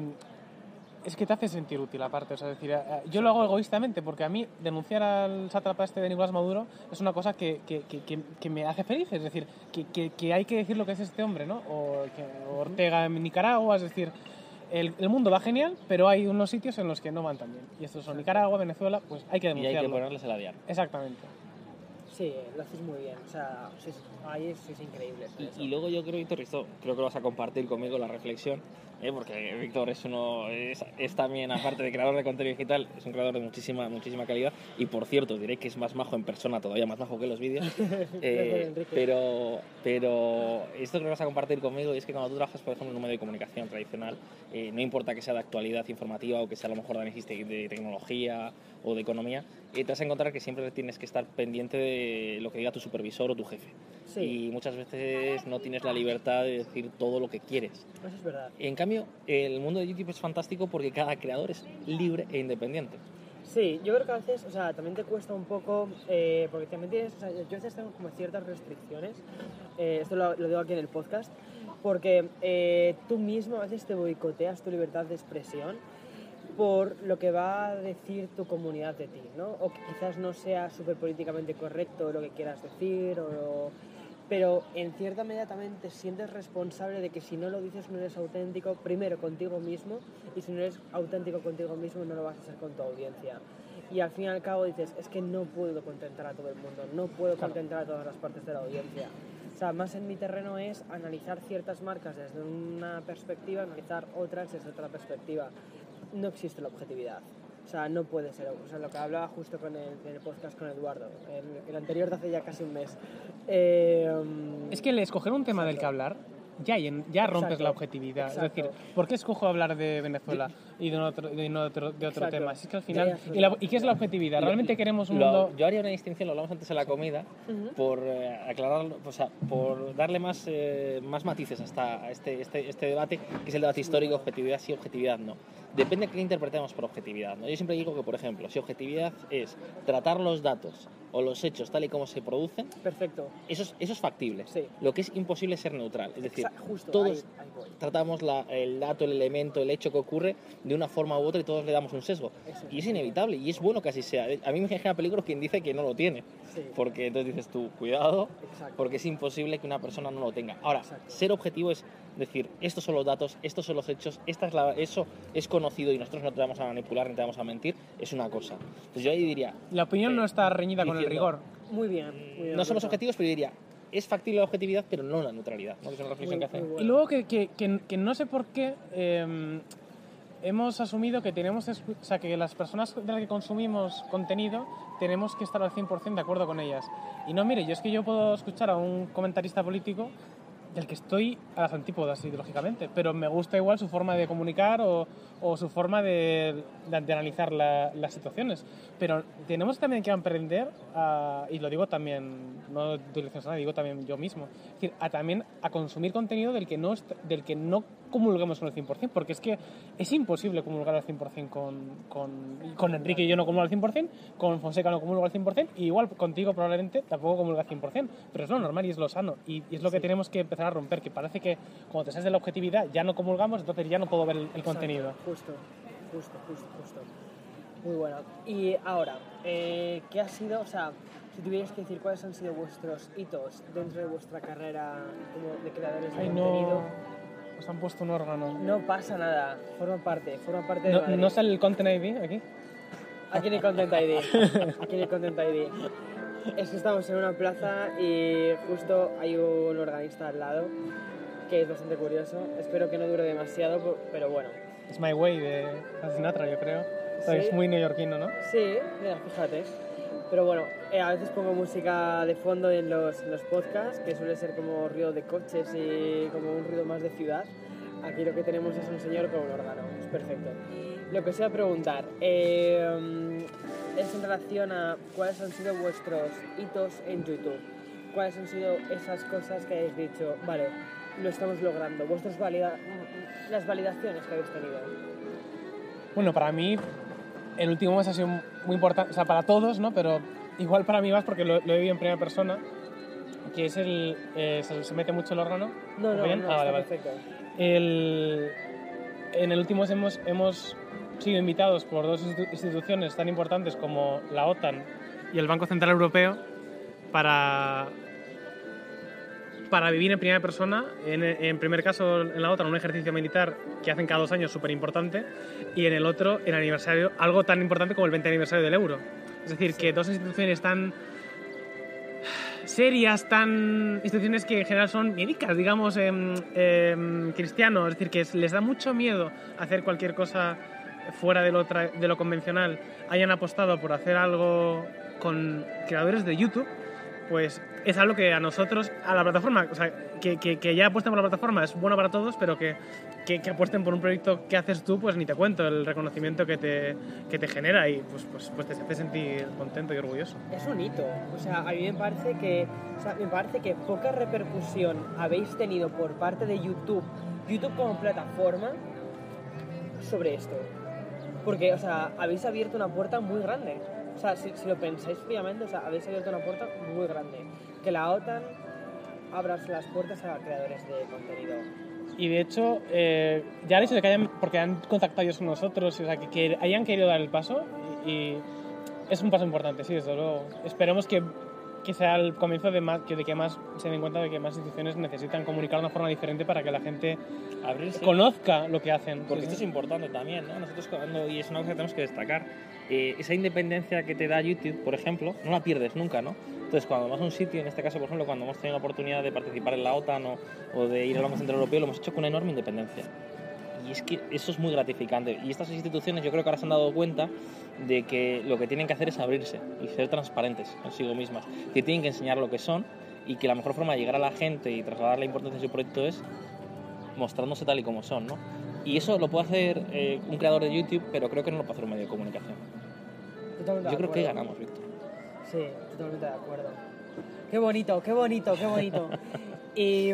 [SPEAKER 2] es que te hace sentir útil aparte, o sea, es decir, yo lo hago egoístamente porque a mí denunciar al sátrapa este de Nicolás Maduro es una cosa que me hace feliz, es decir, que hay que decir lo que es este hombre, ¿no? O Ortega en Nicaragua, es decir, el mundo va genial, pero hay unos sitios en los que no van tan bien. Y estos son Nicaragua, Venezuela, pues hay que
[SPEAKER 3] Y hay
[SPEAKER 2] denunciarlo.
[SPEAKER 3] que ponerles el diario.
[SPEAKER 2] Exactamente.
[SPEAKER 4] Sí, lo hacéis muy bien. O sea, ahí sois increíbles. en eso.
[SPEAKER 3] Y luego yo creo, Víctor, esto creo que vas a compartir conmigo la reflexión, porque Víctor es también, aparte de creador de contenido digital, es un creador de muchísima calidad. Y por cierto, diré que es más majo en persona, todavía más majo que en los vídeos.
[SPEAKER 4] Enrique.
[SPEAKER 3] pero esto creo que vas a compartir conmigo, y es que cuando tú trabajas, por ejemplo, en un medio de comunicación tradicional, no importa que sea de actualidad informativa o que sea a lo mejor de análisis de tecnología o de economía, te vas a encontrar que siempre tienes que estar pendiente de lo que diga tu supervisor o tu jefe.
[SPEAKER 4] Sí.
[SPEAKER 3] Y muchas veces no tienes la libertad de decir todo lo que quieres.
[SPEAKER 4] Eso es verdad.
[SPEAKER 3] En cambio, el mundo de YouTube es fantástico porque cada creador es libre e independiente.
[SPEAKER 4] Sí, yo creo que a veces, o sea, también te cuesta un poco, porque también tienes, o sea, yo a veces tengo como ciertas restricciones, esto lo digo aquí en el podcast, porque tú mismo a veces te boicoteas tu libertad de expresión por lo que va a decir tu comunidad de ti, ¿no? O que quizás no sea súper políticamente correcto lo que quieras decir, pero en cierta medida también te sientes responsable de que si no lo dices no eres auténtico, primero contigo mismo, y si no eres auténtico contigo mismo no lo vas a ser con tu audiencia. Y al fin y al cabo dices, es que no puedo contentar a todo el mundo, no puedo contentar a todas las partes de la audiencia. O sea, más en mi terreno es analizar ciertas marcas desde una perspectiva, analizar otras desde otra perspectiva. No existe la objetividad. O sea, no puede ser. O sea, lo que hablaba justo en el podcast con Eduardo, el anterior de hace ya casi un mes.
[SPEAKER 2] Es que el escoger un tema del que hablar ya rompes
[SPEAKER 4] Exacto,
[SPEAKER 2] la objetividad.
[SPEAKER 4] exacto.
[SPEAKER 2] Es decir, ¿por qué escojo hablar de Venezuela? y de otro
[SPEAKER 4] Exacto.
[SPEAKER 2] tema. Así que al
[SPEAKER 4] Ya,
[SPEAKER 2] final...
[SPEAKER 4] ya,
[SPEAKER 2] ¿Y qué es la objetividad? ¿Realmente queremos un mundo...?
[SPEAKER 3] Yo haría una distinción, lo hablamos antes en la comida, por aclararlo, o sea, por darle más matices a este debate, que es el debate histórico, objetividad sí, objetividad no. Depende de qué interpretemos por objetividad, ¿no? Yo siempre digo que, por ejemplo, si objetividad es tratar los datos o los hechos tal y como se producen,
[SPEAKER 4] Perfecto.
[SPEAKER 3] eso es factible.
[SPEAKER 4] Sí.
[SPEAKER 3] Lo que es imposible es ser neutral. Es decir,
[SPEAKER 4] Justo,
[SPEAKER 3] todos
[SPEAKER 4] ahí voy.
[SPEAKER 3] tratamos el dato, el elemento, el hecho que ocurre de una forma u otra y todos le damos un sesgo.
[SPEAKER 4] Eso.
[SPEAKER 3] Y es inevitable y es bueno que así sea. A mí me genera peligro quien dice que no lo tiene.
[SPEAKER 4] Sí.
[SPEAKER 3] Porque entonces dices tú, cuidado,
[SPEAKER 4] Exacto.
[SPEAKER 3] porque es imposible que una persona no lo tenga. Ahora,
[SPEAKER 4] Exacto.
[SPEAKER 3] ser objetivo es decir, estos son los datos, estos son los hechos, eso es conocido y nosotros no te vamos a manipular ni te vamos a mentir, es una cosa. Entonces yo ahí diría...
[SPEAKER 2] La opinión no está reñida con el
[SPEAKER 3] diciendo,
[SPEAKER 2] rigor.
[SPEAKER 4] Muy bien.
[SPEAKER 3] no somos objetivos, pero yo diría, es factible la objetividad, pero no la neutralidad, ¿no? Que es una reflexión que hace.
[SPEAKER 4] Muy
[SPEAKER 2] Y
[SPEAKER 4] bueno.
[SPEAKER 2] luego que no sé por qué hemos asumido que tenemos, o sea, que las personas de las que consumimos contenido tenemos que estar al 100% de acuerdo con ellas. Y no, mire, yo puedo escuchar a un comentarista político del que estoy a las antípodas ideológicamente, pero me gusta igual su forma de comunicar o su forma de analizar las situaciones. Pero tenemos también que aprender, y lo digo también, no dirección a nadie, digo también yo mismo, es decir, también a consumir contenido del que no comulguemos con el 100%, porque es que es imposible comulgar al 100% con Enrique y yo no comulgo al 100%, con Fonseca no comulgo al 100%, y igual contigo probablemente tampoco comulgo al 100%, pero es lo normal y es lo sano, y es lo que tenemos que empezar a romper, que parece que cuando te sales de la objetividad ya no comulgamos, entonces ya no puedo ver el contenido.
[SPEAKER 4] Justo. Muy bueno. Y ahora, ¿qué ha sido, o sea, si tuvierais que decir cuáles han sido vuestros hitos dentro de vuestra carrera como de creadores de
[SPEAKER 2] Ay,
[SPEAKER 4] contenido?
[SPEAKER 2] no, nos han puesto un órgano.
[SPEAKER 4] No pasa nada, forma parte de Madrid.
[SPEAKER 2] ¿No sale el Content ID aquí?
[SPEAKER 4] Aquí en el Content ID. Es que estamos en una plaza y justo hay un organista al lado que es bastante curioso. Espero que no dure demasiado, pero bueno.
[SPEAKER 2] Es My Way de Sinatra, yo creo.
[SPEAKER 4] Sí.
[SPEAKER 2] Es muy neoyorquino, ¿no?
[SPEAKER 4] Sí, mira, fíjate. Pero bueno, a veces pongo música de fondo en los podcasts, que suele ser como ruido de coches y como un ruido más de ciudad. Aquí lo que tenemos es un señor con un órgano, es perfecto. Lo que os iba a preguntar es en relación a cuáles han sido vuestros hitos en YouTube. ¿Cuáles han sido esas cosas que habéis dicho, vale, lo estamos logrando? Las validaciones que habéis tenido.
[SPEAKER 2] Bueno, para mí el último mes ha sido muy importante, o sea, para todos, ¿no? Pero igual para mí más porque lo he vivido en primera persona, que es se mete mucho el órgano.
[SPEAKER 4] No,
[SPEAKER 2] ¿Bien?
[SPEAKER 4] está
[SPEAKER 2] Vale.
[SPEAKER 4] perfecto.
[SPEAKER 2] En el último mes hemos sido invitados por dos instituciones tan importantes como la OTAN y el Banco Central Europeo para vivir en primera persona. En primer caso, en la OTAN, un ejercicio militar que hacen cada 2 años súper importante, y en el otro, el aniversario, algo tan importante como el 20 aniversario del euro. Es decir, que dos instituciones tan serias, instituciones que en general son médicas, digamos, cristianos, es decir, que les da mucho miedo hacer cualquier cosa fuera de lo convencional, hayan apostado por hacer algo con creadores de YouTube, pues es algo que a nosotros, a la plataforma, o sea, que ya apuesten por la plataforma es bueno para todos, pero que apuesten por un proyecto que haces tú, pues ni te cuento el reconocimiento que te genera y pues te hace sentir contento y orgulloso.
[SPEAKER 4] Es un hito, o sea, a mí me parece que poca repercusión habéis tenido por parte de YouTube como plataforma sobre esto, porque, o sea, habéis abierto una puerta muy grande. O sea, si lo pensáis fríamente, o sea, habéis abierto una puerta muy grande. Que la OTAN abra las puertas a creadores de contenido.
[SPEAKER 2] Y de hecho, ya el hecho de que porque han contactado ellos con nosotros, o sea, que hayan querido dar el paso, y es un paso importante, sí, desde luego. Esperemos que sea el comienzo de que más se den cuenta de que más instituciones necesitan comunicar de una forma diferente para que la gente conozca lo que hacen.
[SPEAKER 3] Porque
[SPEAKER 2] Sí,
[SPEAKER 3] esto es importante también, ¿no? Nosotros y es una cosa que tenemos que destacar, esa independencia que te da YouTube, por ejemplo, no la pierdes nunca, ¿no? Entonces, cuando vas a un sitio, en este caso, por ejemplo, cuando hemos tenido la oportunidad de participar en la OTAN o de ir al Banco Central Europeo, lo hemos hecho con una enorme independencia. Y es que eso es muy gratificante. Y estas instituciones yo creo que ahora se han dado cuenta de que lo que tienen que hacer es abrirse y ser transparentes consigo mismas. Que tienen que enseñar lo que son y que la mejor forma de llegar a la gente y trasladar la importancia de su proyecto es mostrándose tal y como son, ¿no? Y eso lo puede hacer un creador de YouTube, pero creo que no lo puede hacer un medio de comunicación.
[SPEAKER 4] Totalmente
[SPEAKER 3] Yo
[SPEAKER 4] de
[SPEAKER 3] creo que
[SPEAKER 4] acuerdo.
[SPEAKER 3] ganamos, Víctor.
[SPEAKER 4] Sí, totalmente de acuerdo. Qué bonito, qué bonito, qué bonito. Y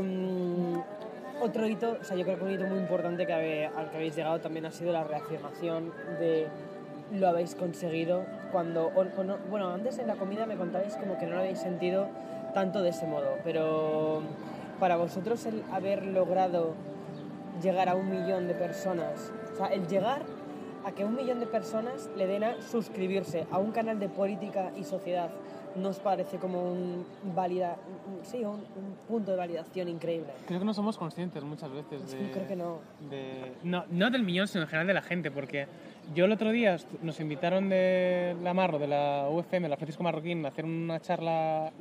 [SPEAKER 4] otro hito, o sea, yo creo que un hito muy importante al que habéis llegado también ha sido la reafirmación de lo habéis conseguido cuando... bueno, antes en la comida me contabais como que no lo habéis sentido tanto de ese modo, pero para vosotros el haber logrado llegar a 1 millón de personas, o sea, el llegar a que 1 millón de personas le den a suscribirse a un canal de política y sociedad, ¿nos parece como un punto de validación increíble?
[SPEAKER 2] Creo que no somos conscientes muchas veces
[SPEAKER 4] Es que creo que no.
[SPEAKER 2] No del millón, sino en general de la gente, porque yo el otro día nos invitaron de la Marro, de la UFM, la Francisco Marroquín, a hacer una charla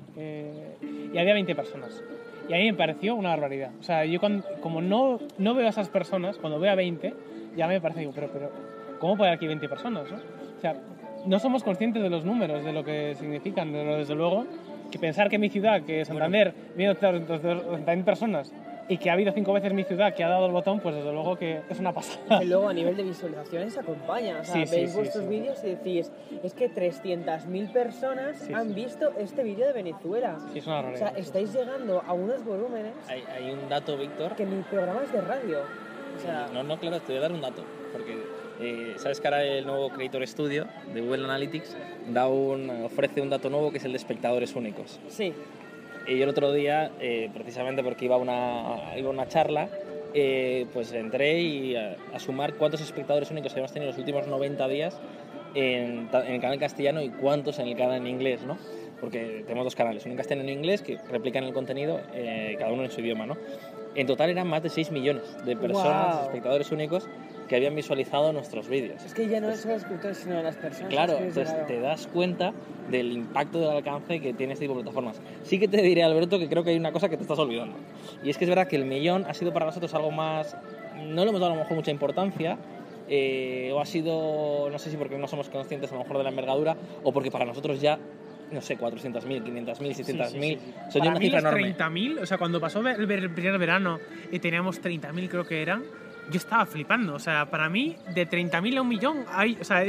[SPEAKER 2] y había 20 personas. Y a mí me pareció una barbaridad. O sea, yo como no veo a esas personas, cuando veo a 20, ya me parece, digo, pero ¿cómo puede haber aquí 20 personas, no? O sea, no somos conscientes de los números, de lo que significan, pero desde luego que pensar que mi ciudad, que Santander, viene 200.000 personas y que ha habido 5 veces mi ciudad que ha dado el botón, pues desde luego que es una pasada.
[SPEAKER 4] Y luego a nivel de visualizaciones acompaña, o sea,
[SPEAKER 2] Sí,
[SPEAKER 4] veis
[SPEAKER 2] sí,
[SPEAKER 4] vuestros
[SPEAKER 2] sí.
[SPEAKER 4] vídeos y decís, es que 300.000 personas han visto este vídeo de Venezuela.
[SPEAKER 2] Sí, es una
[SPEAKER 4] O
[SPEAKER 2] barbaridad.
[SPEAKER 4] sea, estáis llegando a unos volúmenes
[SPEAKER 3] Hay un dato, Víctor.
[SPEAKER 4] que ni programas de radio. O sea,
[SPEAKER 3] No, claro, te voy a dar un dato. Porque sabes que ahora el nuevo Creator Studio de Google Analytics ofrece un dato nuevo que es el de espectadores únicos.
[SPEAKER 4] sí.
[SPEAKER 3] Y yo el otro día, precisamente porque iba a una charla, pues entré y a sumar cuántos espectadores únicos habíamos tenido en los últimos 90 días en el canal castellano y cuántos en el canal en inglés, ¿no? Porque tenemos 2 canales, uno en castellano y en inglés, que replican el contenido, cada uno en su idioma, ¿no? En total eran más de 6 millones de personas,
[SPEAKER 4] Wow.
[SPEAKER 3] espectadores únicos, que habían visualizado nuestros vídeos.
[SPEAKER 4] Es que ya no son los escritores, sino las personas.
[SPEAKER 3] Claro,
[SPEAKER 4] que habéis
[SPEAKER 3] entonces
[SPEAKER 4] llegado.
[SPEAKER 3] te das cuenta del impacto del alcance que tiene este tipo de plataformas. Sí que te diré, Alberto, que creo que hay una cosa que te estás olvidando. Y es que es verdad que el millón ha sido para nosotros algo más... No le hemos dado a lo mejor mucha importancia, o ha sido, no sé si porque no somos conscientes a lo mejor de la envergadura, o porque para nosotros ya, no sé, 400.000, 500.000, 600.000, son ya
[SPEAKER 2] Para
[SPEAKER 3] una
[SPEAKER 2] mí
[SPEAKER 3] cifra
[SPEAKER 2] los
[SPEAKER 3] enorme.
[SPEAKER 2] 30.000, o sea, cuando pasó el primer verano y teníamos 30.000 creo que eran, yo estaba flipando. O sea, para mí, de 30.000 a 1 millón, o sea,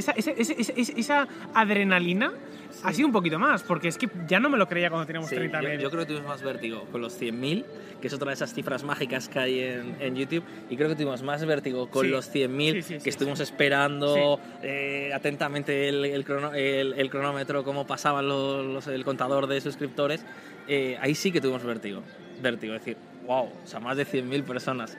[SPEAKER 2] esa adrenalina ha sido un poquito más, porque es que ya no me lo creía cuando teníamos
[SPEAKER 3] Sí,
[SPEAKER 2] 30.000.
[SPEAKER 3] yo creo que tuvimos más vértigo con los 100.000, que es otra de esas cifras mágicas que hay en YouTube, y creo que tuvimos más vértigo con
[SPEAKER 2] Sí.
[SPEAKER 3] los 100.000,
[SPEAKER 2] Sí,
[SPEAKER 3] que estuvimos esperando atentamente el cronómetro, cómo pasaba el contador de suscriptores. Ahí sí que tuvimos vértigo, es decir, wow, o sea, más de 100.000 personas.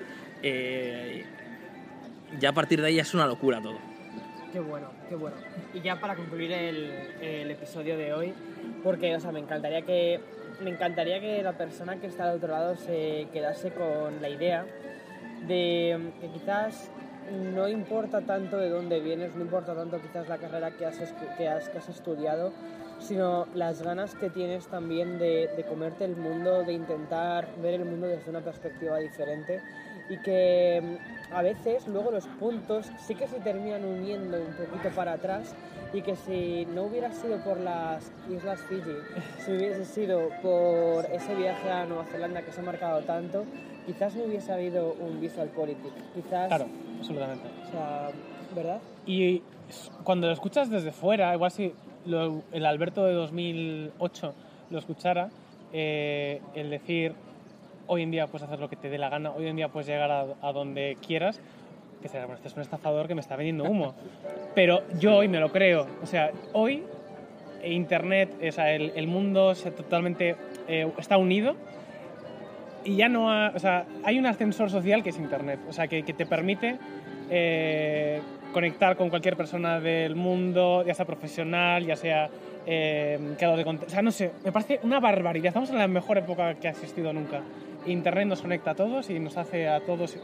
[SPEAKER 3] Ya a partir de ahí ya es una locura todo.
[SPEAKER 4] Qué bueno, qué bueno. Y ya para concluir el episodio de hoy, porque, o sea, me encantaría que la persona que está al otro lado se quedase con la idea de que quizás no importa tanto de dónde vienes, no importa tanto quizás la carrera que has estudiado, sino las ganas que tienes también de comerte el mundo, de intentar ver el mundo desde una perspectiva diferente, y que a veces luego los puntos sí que se terminan uniendo un poquito para atrás, y que si no hubiera sido por las Islas Fiji, si hubiese sido por ese viaje a Nueva Zelanda que se ha marcado tanto, quizás no hubiese habido un VisualPolitik, quizás...
[SPEAKER 2] Claro, absolutamente.
[SPEAKER 4] O sea, ¿verdad?
[SPEAKER 2] Y cuando lo escuchas desde fuera, igual si el Alberto de 2008 lo escuchara, el decir, hoy en día puedes hacer lo que te dé la gana, hoy en día puedes llegar a donde quieras, que será, bueno, este es un estafador que me está vendiendo humo. Pero yo hoy me lo creo. O sea, hoy Internet, o sea, el mundo totalmente está unido. Y ya no o sea, hay un ascensor social que es Internet, o sea, que te permite conectar con cualquier persona del mundo, ya sea profesional, ya sea creador de contenido. O sea, no sé, me parece una barbaridad. Estamos en la mejor época que ha existido nunca. Internet nos conecta a todos y nos hace a todos...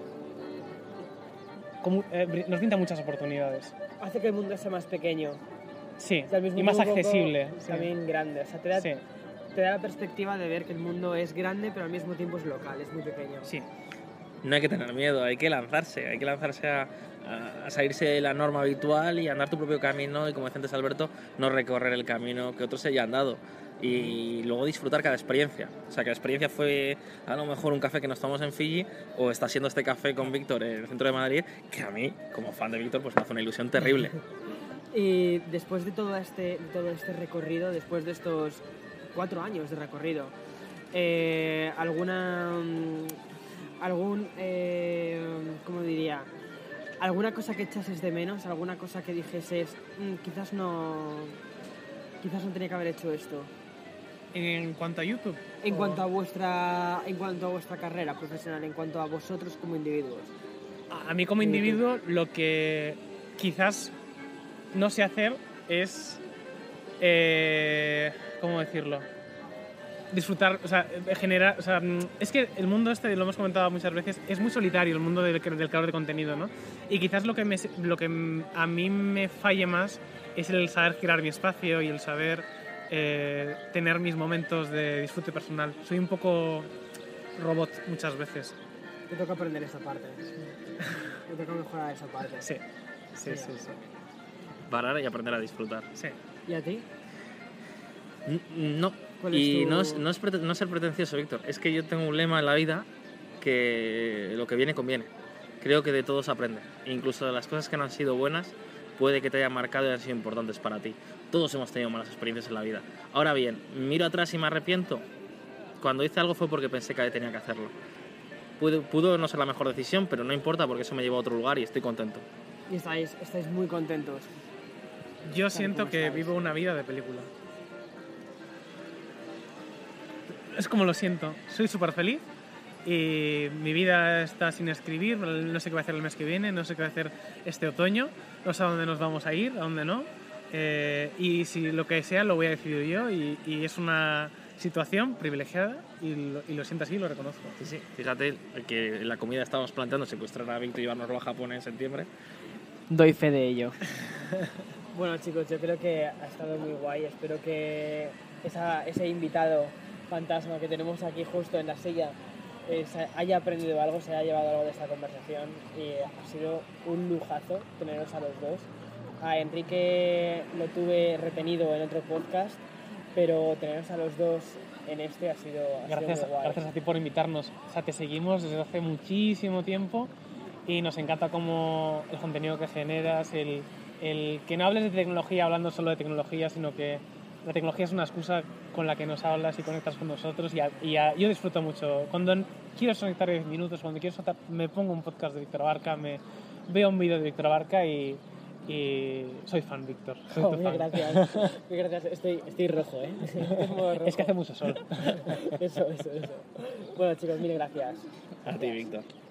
[SPEAKER 2] nos brinda muchas oportunidades.
[SPEAKER 4] Hace que el mundo sea más pequeño.
[SPEAKER 2] Sí,
[SPEAKER 4] O sea, al mismo
[SPEAKER 2] y más
[SPEAKER 4] tiempo un poco
[SPEAKER 2] accesible. Sí.
[SPEAKER 4] También grande. O sea,
[SPEAKER 2] Sí.
[SPEAKER 4] te da la perspectiva de ver que el mundo es grande, pero al mismo tiempo es local, es muy pequeño.
[SPEAKER 2] Sí.
[SPEAKER 3] no hay que tener miedo, hay que lanzarse a salirse de la norma habitual y andar tu propio camino y, como decía antes Alberto, no recorrer el camino que otros se hayan dado. Y luego disfrutar cada experiencia. O sea, que la experiencia fue a lo mejor un café que nos tomamos en Fiji, o está siendo este café con Víctor en el centro de Madrid, que a mí, como fan de Víctor, pues me hace una ilusión terrible.
[SPEAKER 4] Y después de todo este recorrido, después de estos 4 años de recorrido, ¿cómo diría? ¿Alguna cosa que echases de menos? ¿Alguna cosa que dijeses, quizás no tenía que haber hecho esto?
[SPEAKER 2] En cuanto a YouTube.
[SPEAKER 4] En cuanto a vuestra carrera profesional, en cuanto a vosotros como individuos.
[SPEAKER 2] A mí como individuo lo que quizás no sé hacer es, ¿cómo decirlo? Disfrutar, o sea, generar, o sea, es que el mundo este, lo hemos comentado muchas veces, es muy solitario el mundo del creador de contenido, ¿no? Y quizás lo que a mí me falle más es el saber girar mi espacio y el saber tener mis momentos de disfrute personal. Soy un poco robot muchas veces.
[SPEAKER 4] Te toca aprender esa parte. Te toca mejorar esa parte.
[SPEAKER 2] Sí.
[SPEAKER 3] Parar y aprender a disfrutar.
[SPEAKER 2] Sí.
[SPEAKER 4] ¿Y a ti?
[SPEAKER 3] No. Y no es ser pretencioso, Víctor. Es que yo tengo un lema en la vida que lo que viene conviene. Creo que de todo se aprende. Incluso de las cosas que no han sido buenas, puede que te hayan marcado y han sido importantes para ti. Todos hemos tenido malas experiencias en la vida. Ahora bien, miro atrás y me arrepiento. Cuando hice algo fue porque pensé que tenía que hacerlo. Pudo no ser la mejor decisión, pero no importa porque eso me llevó a otro lugar y estoy contento.
[SPEAKER 4] Y estáis muy contentos.
[SPEAKER 2] Yo siento que vivo una vida de película. Es como lo siento. Soy súper feliz y mi vida está sin escribir. No sé qué voy a hacer el mes que viene, no sé qué voy a hacer este otoño, no sé a dónde nos vamos a ir, a dónde no. Y si lo que sea lo voy a decidir yo y es una situación privilegiada y lo siento así y lo reconozco.
[SPEAKER 3] Sí, fíjate que en la comida estábamos planteando secuestrar a Víctor y llevárnoslo a Japón en septiembre.
[SPEAKER 4] Doy fe de ello. Bueno, chicos, yo creo que ha estado muy guay. Espero que ese invitado fantasma que tenemos aquí justo en la silla haya aprendido algo, se haya llevado algo de esta conversación, y ha sido un lujazo teneros a los dos. A Enrique lo tuve retenido en otro podcast, pero teneros a los dos en este ha sido muy guay.
[SPEAKER 2] Gracias a ti por invitarnos. O sea, te seguimos desde hace muchísimo tiempo y nos encanta como el contenido que generas, el que no hables de tecnología hablando solo de tecnología, sino que la tecnología es una excusa con la que nos hablas y conectas con nosotros, y yo disfruto mucho. Cuando quiero conectar 10 minutos, cuando quiero soltar, me pongo un podcast de Víctor Abarca, me veo un vídeo de Víctor Abarca y soy fan, Víctor.
[SPEAKER 4] Muy gracias. Muy gracias. Estoy rojo, ¿eh? Rojo.
[SPEAKER 2] Es que hace mucho sol.
[SPEAKER 4] Eso. Bueno, chicos, mil gracias.
[SPEAKER 3] A ti, Víctor.